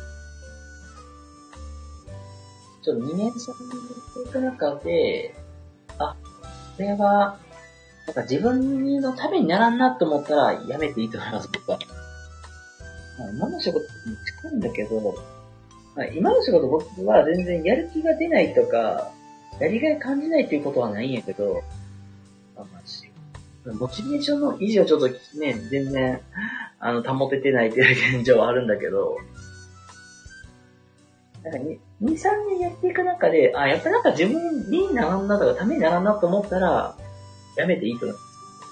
ちょっと2年3年やっていく中で、これは、自分のためにならんなと思ったらやめていいと思います、僕は。今の仕事に近いんだけど、今の仕事僕は全然やる気が出ないとか、やりがい感じないっていうことはないんやけど、モチベーションの維持はちょっとね、全然、保ててないっていう現状はあるんだけど、2、3年やっていく中で、やっぱ自分にならんなとか、ためにならんなと思ったら、やめていいと思います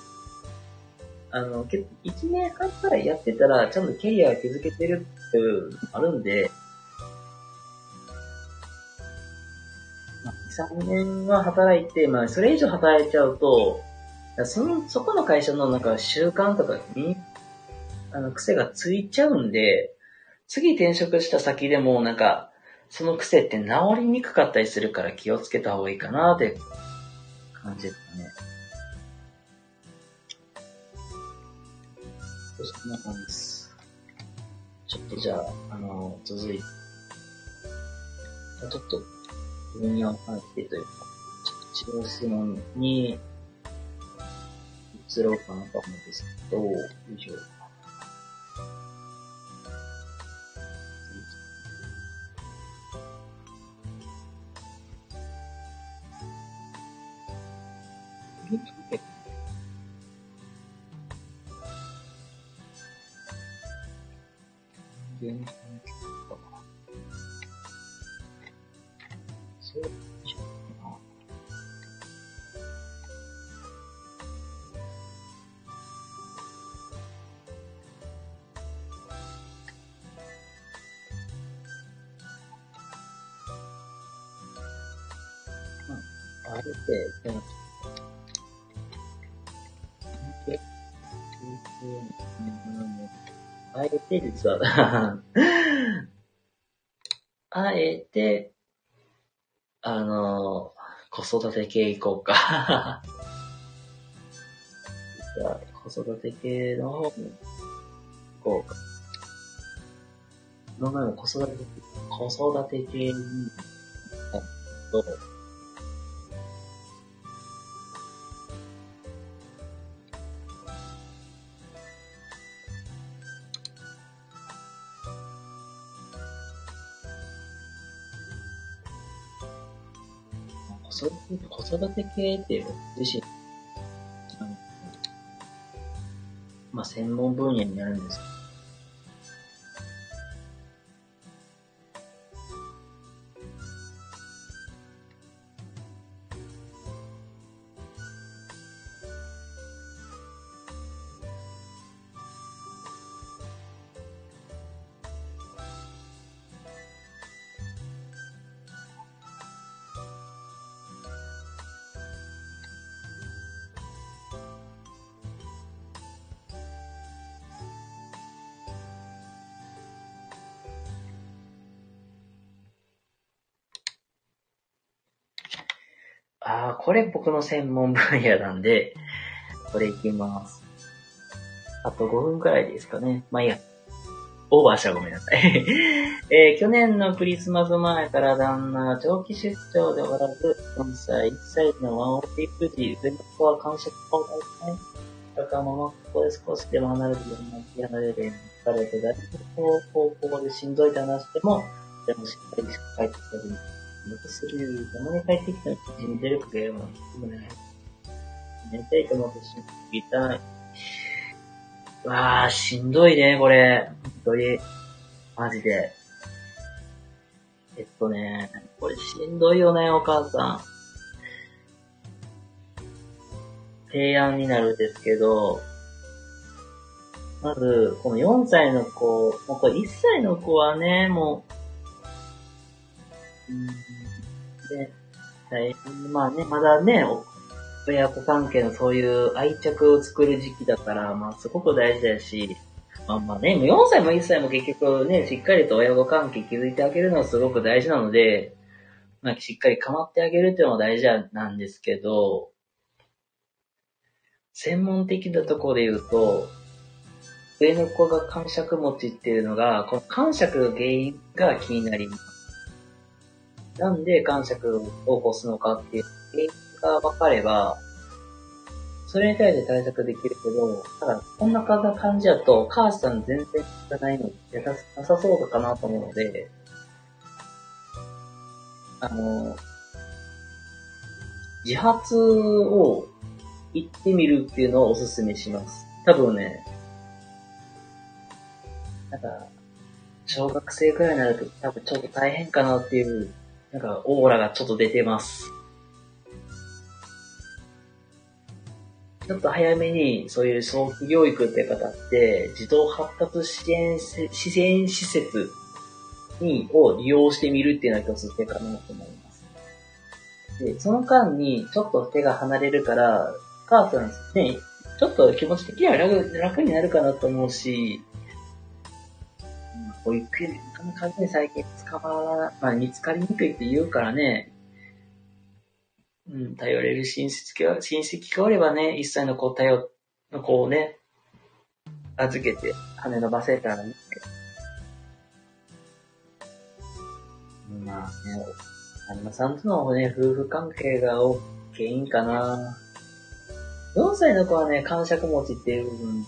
。1年半くらいやってたら、ちゃんとキャリアが築けてるっていうのもあるんで、2、3年は働いて、それ以上働いちゃうと、そこの会社の習慣とかに、癖がついちゃうんで、次転職した先でもその癖って治りにくかったりするから気をつけた方がいいかなって感じですかね。そんな感じです。ちょっとじゃあ、続いて、ちょっと分野を変えてというか、ちょっと違う質問に移ろうかなと思うんですけど、以上。そうでしょうかな。あえて、あえて実はあえて、子育て系行こうかじゃあ、子育て系の方に行こうか。この前も子育て系に行ったけど、 そういう子育て系って自身、あの専門分野になるんですけど、これ僕の専門分野なんで、これいきます。あと5分くらいですかね。まあいいや。オーバーしたらごめんなさい。去年のクリスマス前から旦那が長期出張でおらず、4歳、1歳のワンオペ育児、上の子は感触交代ね。だからママここで少しでも離れるようになって離れるように疲れて、大学高校でしんどいと話しても、でもしっかり帰ってきたり、するたまに帰ってきたら口に出るかけはもうね、寝たいと思ってしみたい。しんどいね、これ。本当に。マジで。これしんどいよね、お母さん。提案になるんですけど、まず、この4歳の子、もうこれ1歳の子はね、もう、で、まあね、まだね、親子関係のそういう愛着を作る時期だから、すごく大事だし、まあね、もう4歳も1歳も結局ね、しっかりと親子関係築いてあげるのはすごく大事なので、しっかり構ってあげるっていうのも大事なんですけど、専門的なところで言うと、上の子が感触持ちっていうのが、この感触の原因が気になります。なんで感触を起こすのかっていう原因が分かれば、それに対して対策できるけど、ただ、こんな感じだと、母さん全然じゃないの、なさそうかなと思うので、自発を行ってみるっていうのをおすすめします。多分ね、小学生くらいになると多分ちょっと大変かなっていう、オーラがちょっと出てます。ちょっと早めに、そういう早期療育って方って、児童発達支援施設を利用してみるっていうのが一つ手かなと思います。で、その間にちょっと手が離れるから、母さんね、ちょっと気持ち的には楽になるかなと思うし、保育園なかなかね、最近見つかりにくいって言うからね、頼れる親戚がおればね、1歳の子をね、預けて羽伸ばせたらね。まあね、旦那さんとのね、夫婦関係が原因かな。4歳の子はね、感触持ちっていう部分、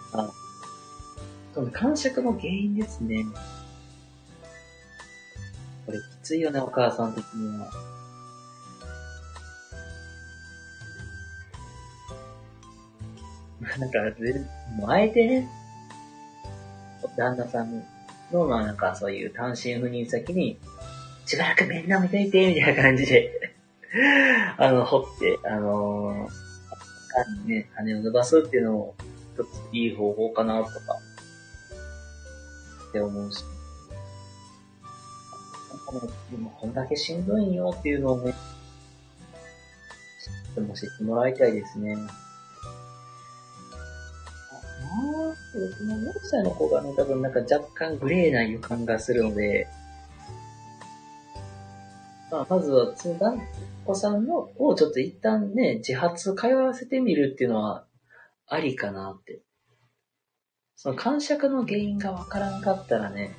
その感触の原因ですね。これきついよね、お母さん的には。もうあえてね、旦那さんの、そういう単身赴任先に、しばらく面倒見といて、みたいな感じで掘って、羽を伸ばすっていうのも、一ついい方法かな、とか、って思うし。こんだけしんどいんよっていうのをね、知ってもらいたいですね。その4歳の子がね、多分若干グレーな予感がするので、まずは、その子さんをちょっと一旦ね、自発通わせてみるっていうのは、ありかなって。その感触の原因がわからんかったらね、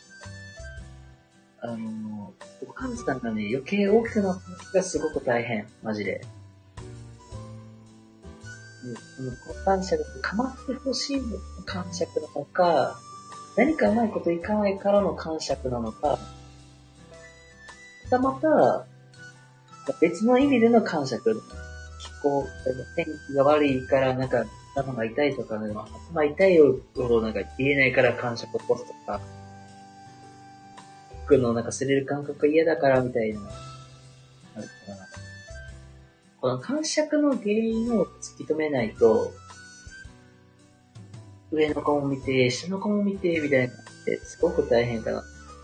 お母さんがね、余計大きくなった時がすごく大変。マジで。その感触、構ってほしい感触なのか、何かうまいこといかないからの感触なのか、また、 別の意味での感触。気候、天気が悪いからなんか頭が痛いとか、頭痛いをなんか言えないから感触を起こすとか、服のなんか擦れる感覚が嫌だからみたいな。この感触の原因を突き止めないと、上の子も見て、下の子も見て、みたいな感じですごく大変かな。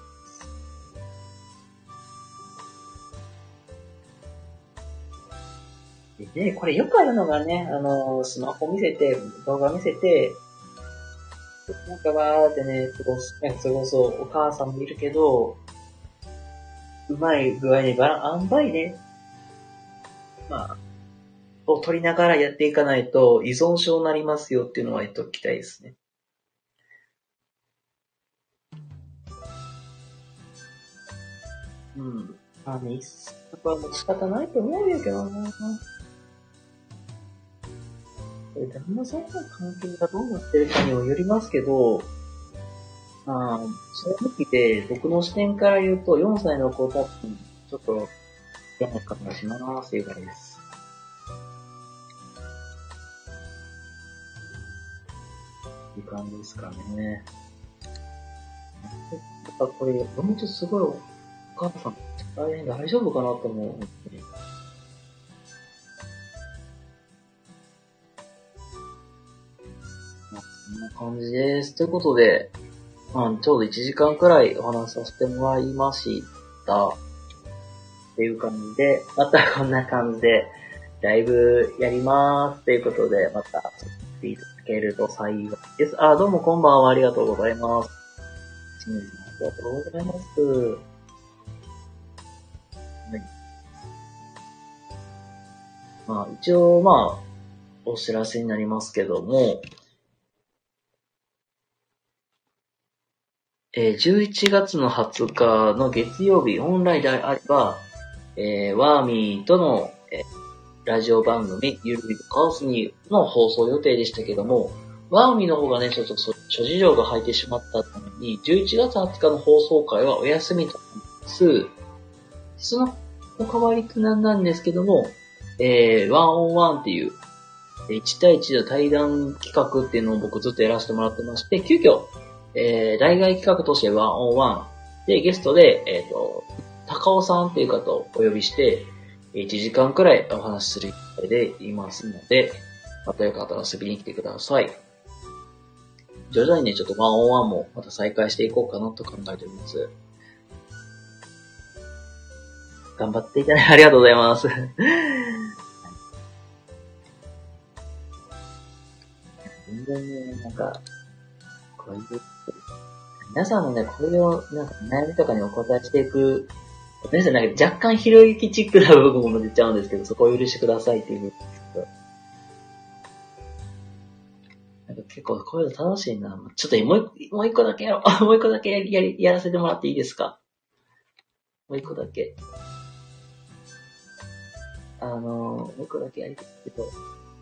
で、これよくあるのがね、スマホ見せて、動画見せて、なんかわーってね、過ごそうお母さんもいるけど、うまい具合に塩梅ね、まあ、を取りながらやっていかないと依存症になりますよっていうのは言っておきたいですね。うん。まあね、やっぱもう仕方ないと思うんやけどな。旦那さんの関係がどうなってるかにもよりますけど、そういう時で僕の視点から言うと4歳の子多分ちょっと嫌な感じがしますっていうぐらいです。いい感じですかね。やっぱこれ、もうちょっとすごいお母さん大丈夫かなと思う。本当にそんな感じです。ということで、ちょうど1時間くらいお話しさせてもらいました。っていう感じで、またこんな感じで、ライブやります。ということで、また、聞いていただけると幸いです。どうもこんばんは。ありがとうございます。清水さん、ありがとうございます。はい。一応、お知らせになりますけども、11月の20日の月曜日、本来であれば、ワーミーとの、ラジオ番組、ゆるりとカオスにの放送予定でしたけども、ワーミーの方がね、ちょっと諸事情が入ってしまったために、11月20日の放送回はお休みとなります。そのお代わりとなんですけども、ワンオンワンっていう、1対1の対談企画っていうのを僕ずっとやらせてもらってまして、急遽、代替企画としてワンオンワンでゲストで、高尾さんっていう方をお呼びして、1時間くらいお話しする予定でいますので、またよかったら遊びに来てください。徐々にね、ちょっとワンオンワンもまた再開していこうかなと考えております。頑張っていただいてありがとうございます。全然ね、なんか、こういう、皆さんのね、こういうなんか悩みとかにお答えしていく、皆さんなんか若干ひろゆきチックな部分も出ちゃうんですけど、そこを許してくださいっていう。なんか結構こういうの楽しいな。ちょっともう一個だけやろう。もう一個だけやらせてもらっていいですか？もう一個だけ。もう一個だけやりたいけど、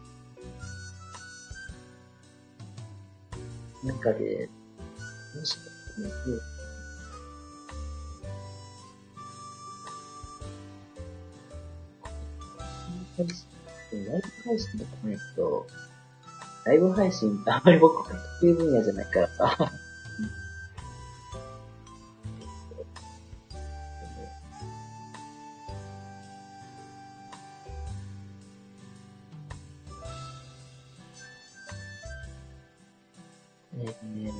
なんかで、もしかしてね、ライブ配信とかないと、ライブ配信、あんまり僕、得意分野じゃないからさ。えー、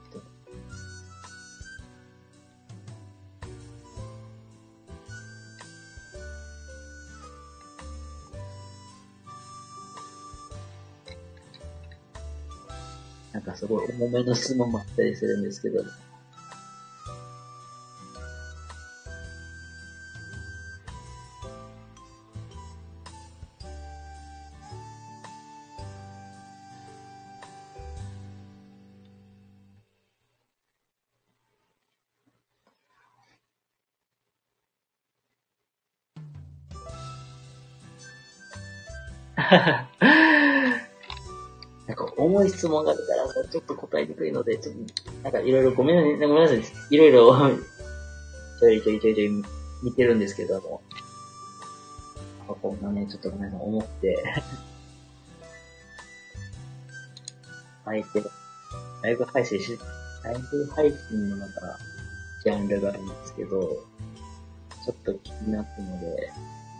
なんかすごい重めの質問もあったりするんですけど、なんか重い質問が出たらちょっと答えにくいので、ちょっと、なんかいろいろごめんなさい。いろいろちょい見てるんですけども、 こんなね、ちょっとごめんなさい、思って、相手、ライブ配信し、ライブ配信のなんか、ジャンルがあるんですけど、ちょっと気になったので、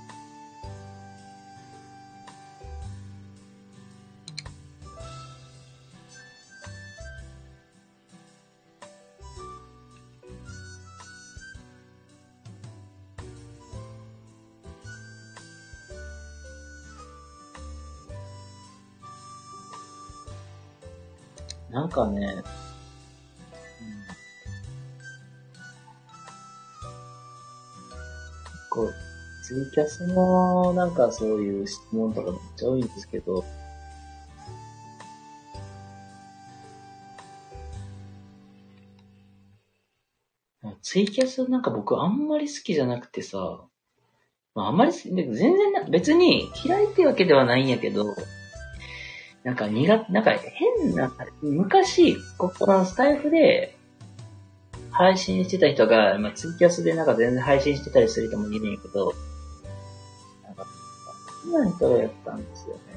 なんかね、こう、ツイキャスのなんかそういう質問とかめっちゃ多いんですけど、ツイキャスなんか僕あんまり好きじゃなくてさ、まああんまり全然別に嫌いってわけではないんやけど、なんかなんか変な、昔、ここのスタイフで配信してた人が、まあ、ツイキャスでなんか全然配信してたりする人もいるんやけど、なんか、好きな人がやったんですよね。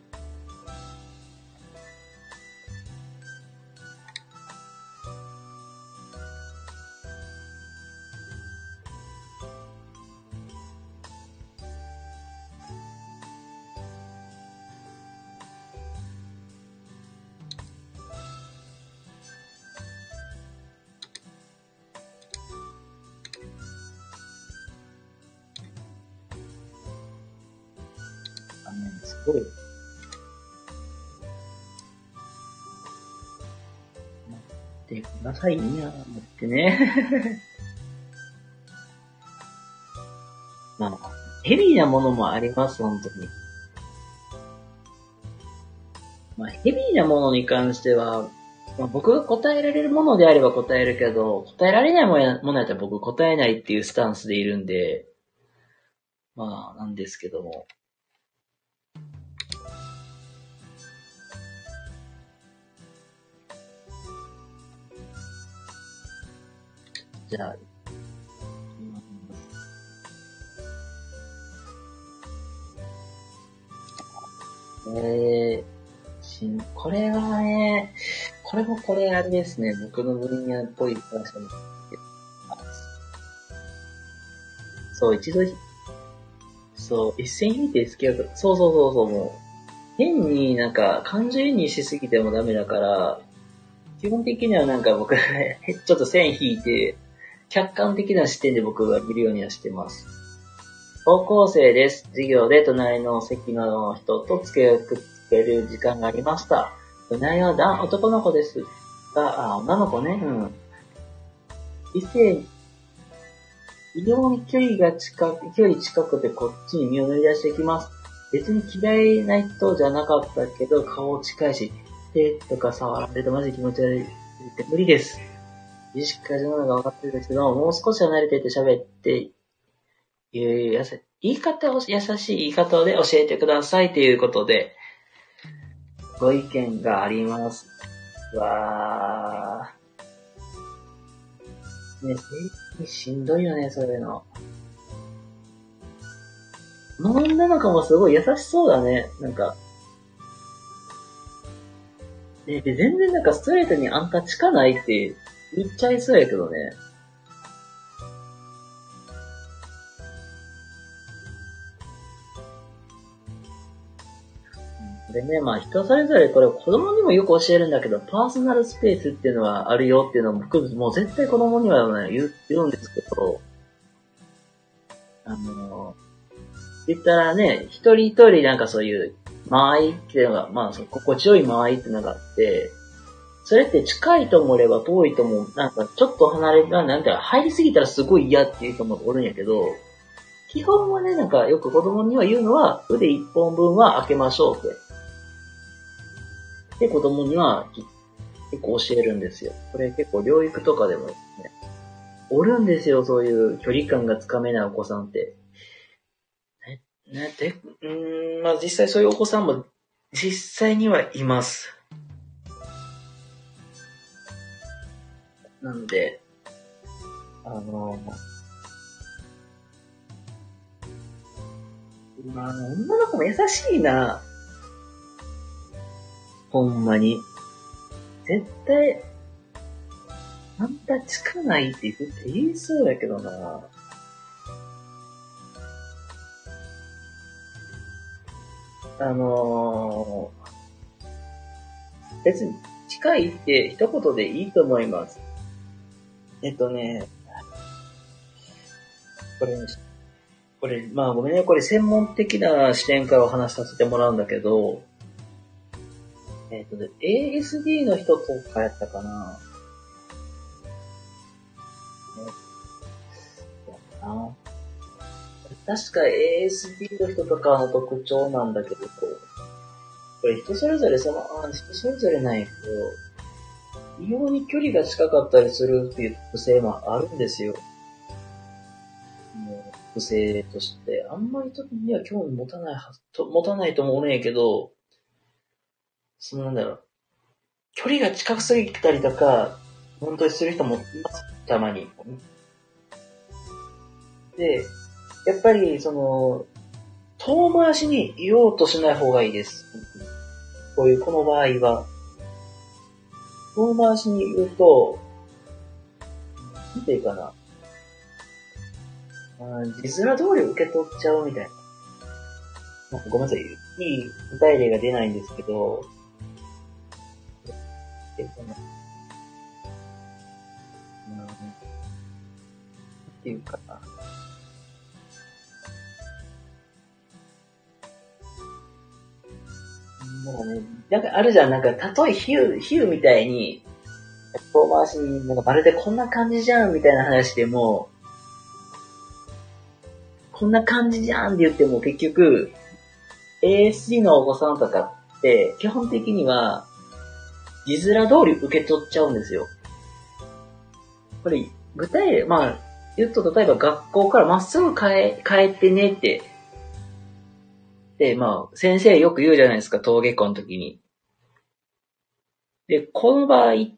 すごい、待ってくださいね、待ってね。まあ、ヘビーなものもあります、本当に。まあ、ヘビーなものに関しては、まあ、僕が答えられるものであれば答えるけど、答えられないものやったら僕答えないっていうスタンスでいるんで、まあ、なんですけども。じゃあ、これはね、これあれですね、僕の分野っぽい話なんですけど、そう、そう、一線引いて付き合うと、そう、もう、変になんか、感情移入しすぎてもダメだから、基本的にはなんか僕、ちょっと線引いて、客観的な視点で僕が見るようにはしてます。高校生です。授業で隣の席の人と付けくっつける時間がありました。隣は男の子ですが、女の子ね、うん。異性、異様に距離近くてこっちに身を乗り出してきます。別に嫌いな人じゃなかったけど、顔近いし、手とか触られるとマジ気持ち悪いって無理です。自意識過剰なのが分かってるんですけど、もう少し離れていて喋って優しい言い方で教えてくださいということで、ご意見があります。わー。ね、正直しんどいよね、そういうの。この女の子もすごい優しそうだね。なんか、で全然なんかストレートにあんた近ないって言っちゃいそうやけどね。でね、まあ人それぞれこれ子供にもよく教えるんだけど、パーソナルスペースっていうのはあるよっていうのも僕もう絶対子供にはね、言うんですけど、あの、言ったらね、一人一人なんかそういう間合いっていうのが、まあ心地よい間合いっていうのがあって、それって近いと思えば遠いとも、なんかちょっと離れが、なんか入りすぎたらすごい嫌っていう人もおるんやけど、基本はね、なんかよく子供には言うのは、腕一本分は開けましょうって。で、子供には結構教えるんですよ。これ結構療育とかでもね、おるんですよ、そういう距離感がつかめないお子さんって。まあ実際そういうお子さんも実際にはいます。なんで、あの、 まあ、女の子も優しいな。ほんまに。絶対、あんた近ないって言いそうやけどな。別に近いって一言でいいと思います。これ、まあごめんね、これ専門的な視点からお話しさせてもらうんだけど、ASD の人とかやったかな。な確か ASD の人とかの特徴なんだけど、これ人それぞれ人それぞれないけど、異様に距離が近かったりするっていう特性もあるんですよ。特性として。あんまり特には興味持たないと思うねんけど、なんだろう。距離が近すぎたりとか、本当にする人もいます。たまに。で、やっぱり、遠回しに言おうとしない方がいいです。この場合は。遠回しに言うと、なんていうかな。字面通り受け取っちゃうみたいな。ごめんなさい。いい具体例が出ないんですけど、っていうかな。なんかね、なんかあるじゃん、なんか、例え比喩みたいに、遠回しに、なんかまるでこんな感じじゃんみたいな話でも、こんな感じじゃんって言っても結局、ASD のお子さんとかって、基本的には、字面通り受け取っちゃうんですよ。これ、具体例、まあ、言うと例えば学校からまっすぐ帰ってねって、で、まあ、先生よく言うじゃないですか、登下校の時に。で、この場合って、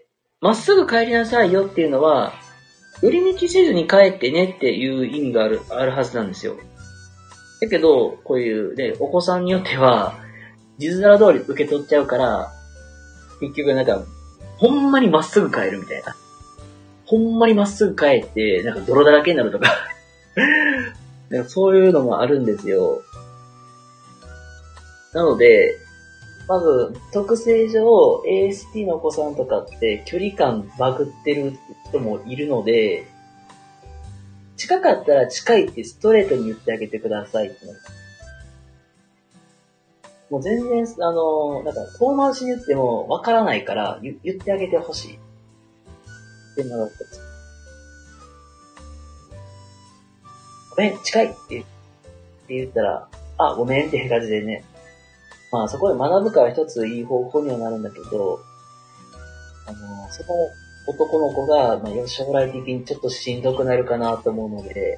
まっすぐ帰りなさいよっていうのは、寄り道せずに帰ってねっていう意味があるはずなんですよ。だけど、こういうね、お子さんによっては、字面通り受け取っちゃうから、結局なんか、ほんまにまっすぐ帰るみたいな。ほんまにまっすぐ帰って、なんか泥だらけになるとか。なんかそういうのもあるんですよ。なので、まず、特性上、AST のお子さんとかって距離感バグってる人もいるので、近かったら近いってストレートに言ってあげてくださいって。もう全然、なんか遠回しに言ってもわからないから言ってあげてほしい。っていうのが一つ。ごめん、近いって言ったら、あ、ごめんっていう感じでね。まあそこで学ぶから一ついい方向にはなるんだけど、その男の子が、まあ、将来的にちょっとしんどくなるかなと思うので、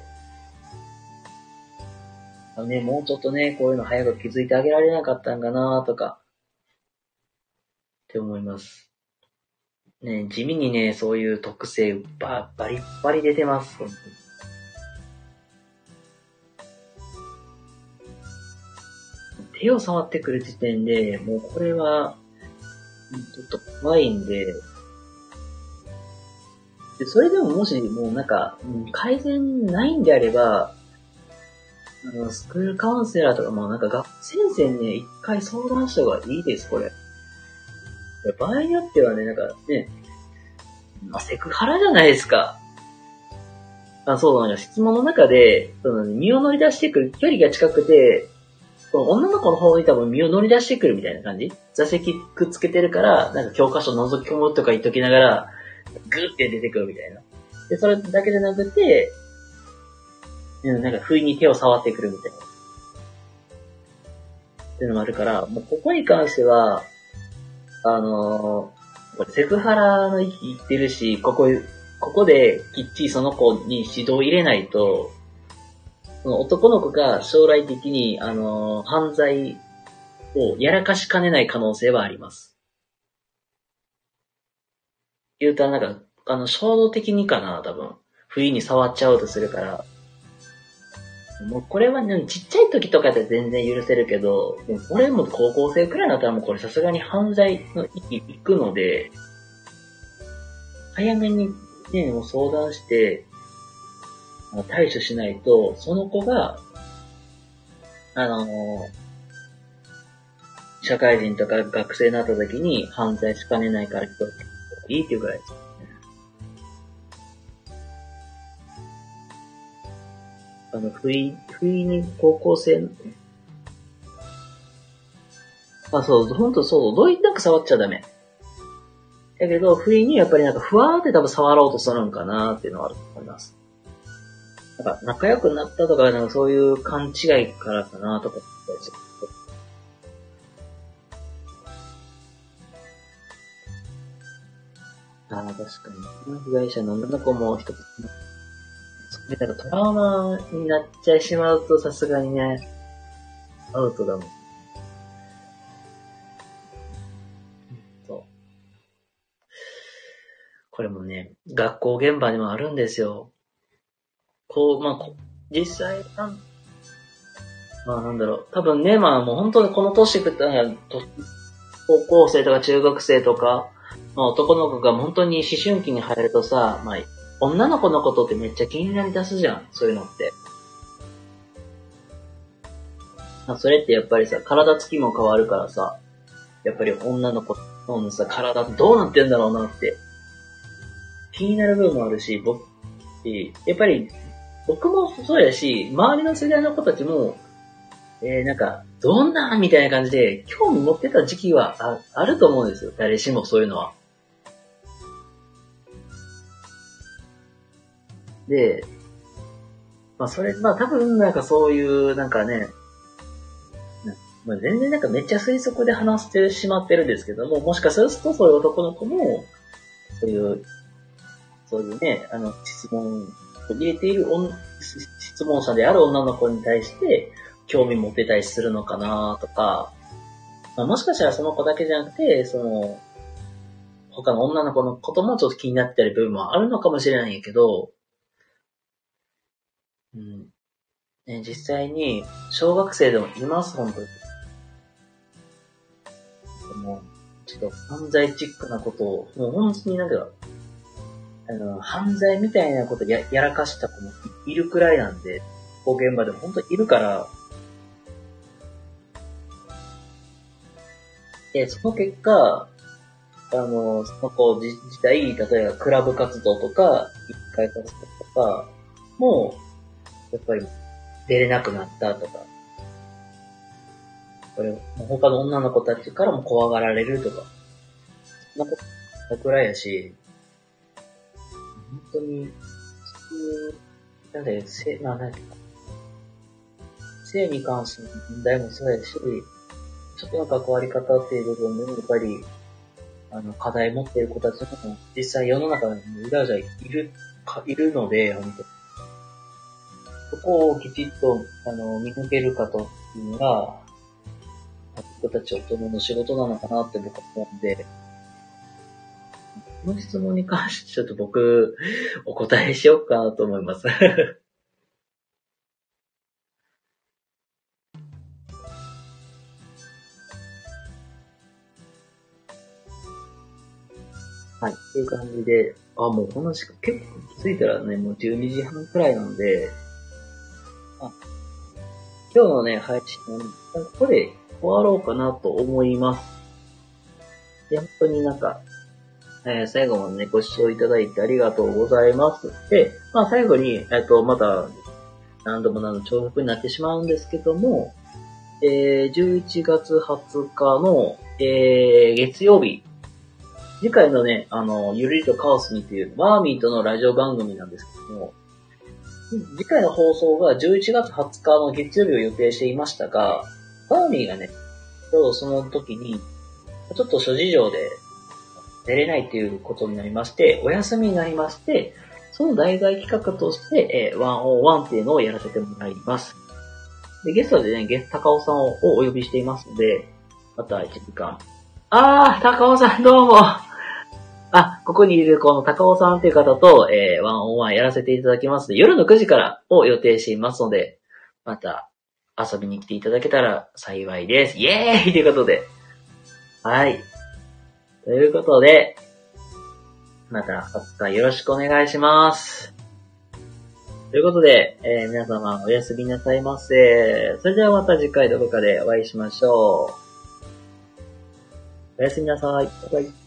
もうちょっとね、こういうの早く気づいてあげられなかったんかなとか、って思います。ね、地味にね、そういう特性バリッバリ出てます。本当に手を触ってくる時点で、もうこれは、ちょっと怖いんで、それでももし、もうなんか、改善ないんであれば、スクールカウンセラーとか、もなんか先生にね、一回相談した方がいいです、これ。場合によってはね、なんかね、まあ、セクハラじゃないですか。そうなんよ。質問の中で、身を乗り出してくる、距離が近くて、女の子の方に多分身を乗り出してくるみたいな感じ。座席くっつけてるから、なんか教科書覗き込むとか言っときながら、グーって出てくるみたいな。で、それだけじゃなくて、なんか不意に手を触ってくるみたいな。っていうのもあるから、もうここに関しては、これセクハラの域言ってるし、ここできっちりその子に指導を入れないと、その男の子が将来的に、犯罪をやらかしかねない可能性はあります。言うたらなんか、衝動的にかな、多分。不意に触っちゃおうとするから。 もうこれはね、ちっちゃい時とかで全然許せるけど、でもこれも高校生くらいだったらもうこれさすがに犯罪の域行くので、早めにね、もう相談して、対処しないと、その子が、社会人とか学生になった時に犯罪しかねないから人いいっていうぐらいです。不意に高校生、そう、ほんとそう、どういったく触っちゃダメ。だけど、不意にやっぱりなんかふわーって多分触ろうとするんかなっていうのはあると思います。なんか仲良くなったとか、なんかそういう勘違いからかなとか言ったりする。確かに。被害者の女の子も一つ、それなんかトラウマになっちゃいしまうとさすがにね、アウトだもん。これもね、学校現場にもあるんですよ。実際、なんだろう。多分ね、もう本当にこの年くったら、高校生とか中学生とか、男の子が本当に思春期に入るとさ、女の子のことってめっちゃ気になり出すじゃん。そういうのって。それってやっぱりさ、体つきも変わるからさ、やっぱり女の子のさ、体どうなってんだろうなって、気になる部分もあるし、やっぱり、僕もそうやし、周りの世代の子たちも、なんか、どんなみたいな感じで、興味持ってた時期はあると思うんですよ。誰しもそういうのは。で、多分なんかそういう、なんかね、全然なんかめっちゃ推測で話してしまってるんですけども、もしかするとそういう男の子も、そういうね、質問を入れている質問者である女の子に対して興味持ってたりするのかなとか、もしかしたらその子だけじゃなくて、他の女の子のこともちょっと気になってる部分もあるのかもしれないんやけど、実際に小学生でもいます、本当に。もう、ちょっと犯罪チックなことを、もう本当になんか、犯罪みたいなことやらかした子もいるくらいなんで、現場でも本当にいるから、その結果、その子自体、例えばクラブ活動とか、一回活動とか、もう、やっぱり出れなくなったとか、これ、他の女の子たちからも怖がられるとか、そんなことくらいやし、本当に、性に関する問題もそうやし、ちょっとの関わり方っていう部分でも、やっぱり、課題持っている子たちも、実際世の中にうらうらいるので、本当に。そこをきちっと、見抜けるかというのが、子たち大人の仕事なのかなって僕は思うんで、この質問に関してちょっと僕、お答えしようかなと思います。はい。っていう感じで、もうこの時間、結構気づいたらね、もう12時半くらいなので、今日のね、配信は、ここで終わろうかなと思います。で、本当になんか、最後までね、ご視聴いただいてありがとうございます。で、最後に、また、何度も重複になってしまうんですけども、11月20日の、月曜日、次回のね、ゆるりとカオスにっていう、ワーミーとのラジオ番組なんですけども、次回の放送が11月20日の月曜日を予定していましたが、ワーミーがね、ちょうどその時に、ちょっと諸事情で出れないっていうことになりまして、お休みになりまして、その代替企画として、101っていうのをやらせてもらいます。で、ゲストでね、高尾さんをお呼びしていますので、また1時間。高尾さんどうも。ここにいるこの高尾さんという方と、101やらせていただきますので、夜の9時からを予定していますので、 また遊びに来ていただけたら幸いです。イエーイということで。はい。ということで、また20日よろしくお願いします。ということで、皆様おやすみなさいませ。それではまた次回どこかでお会いしましょう。おやすみなさい。バイバイ。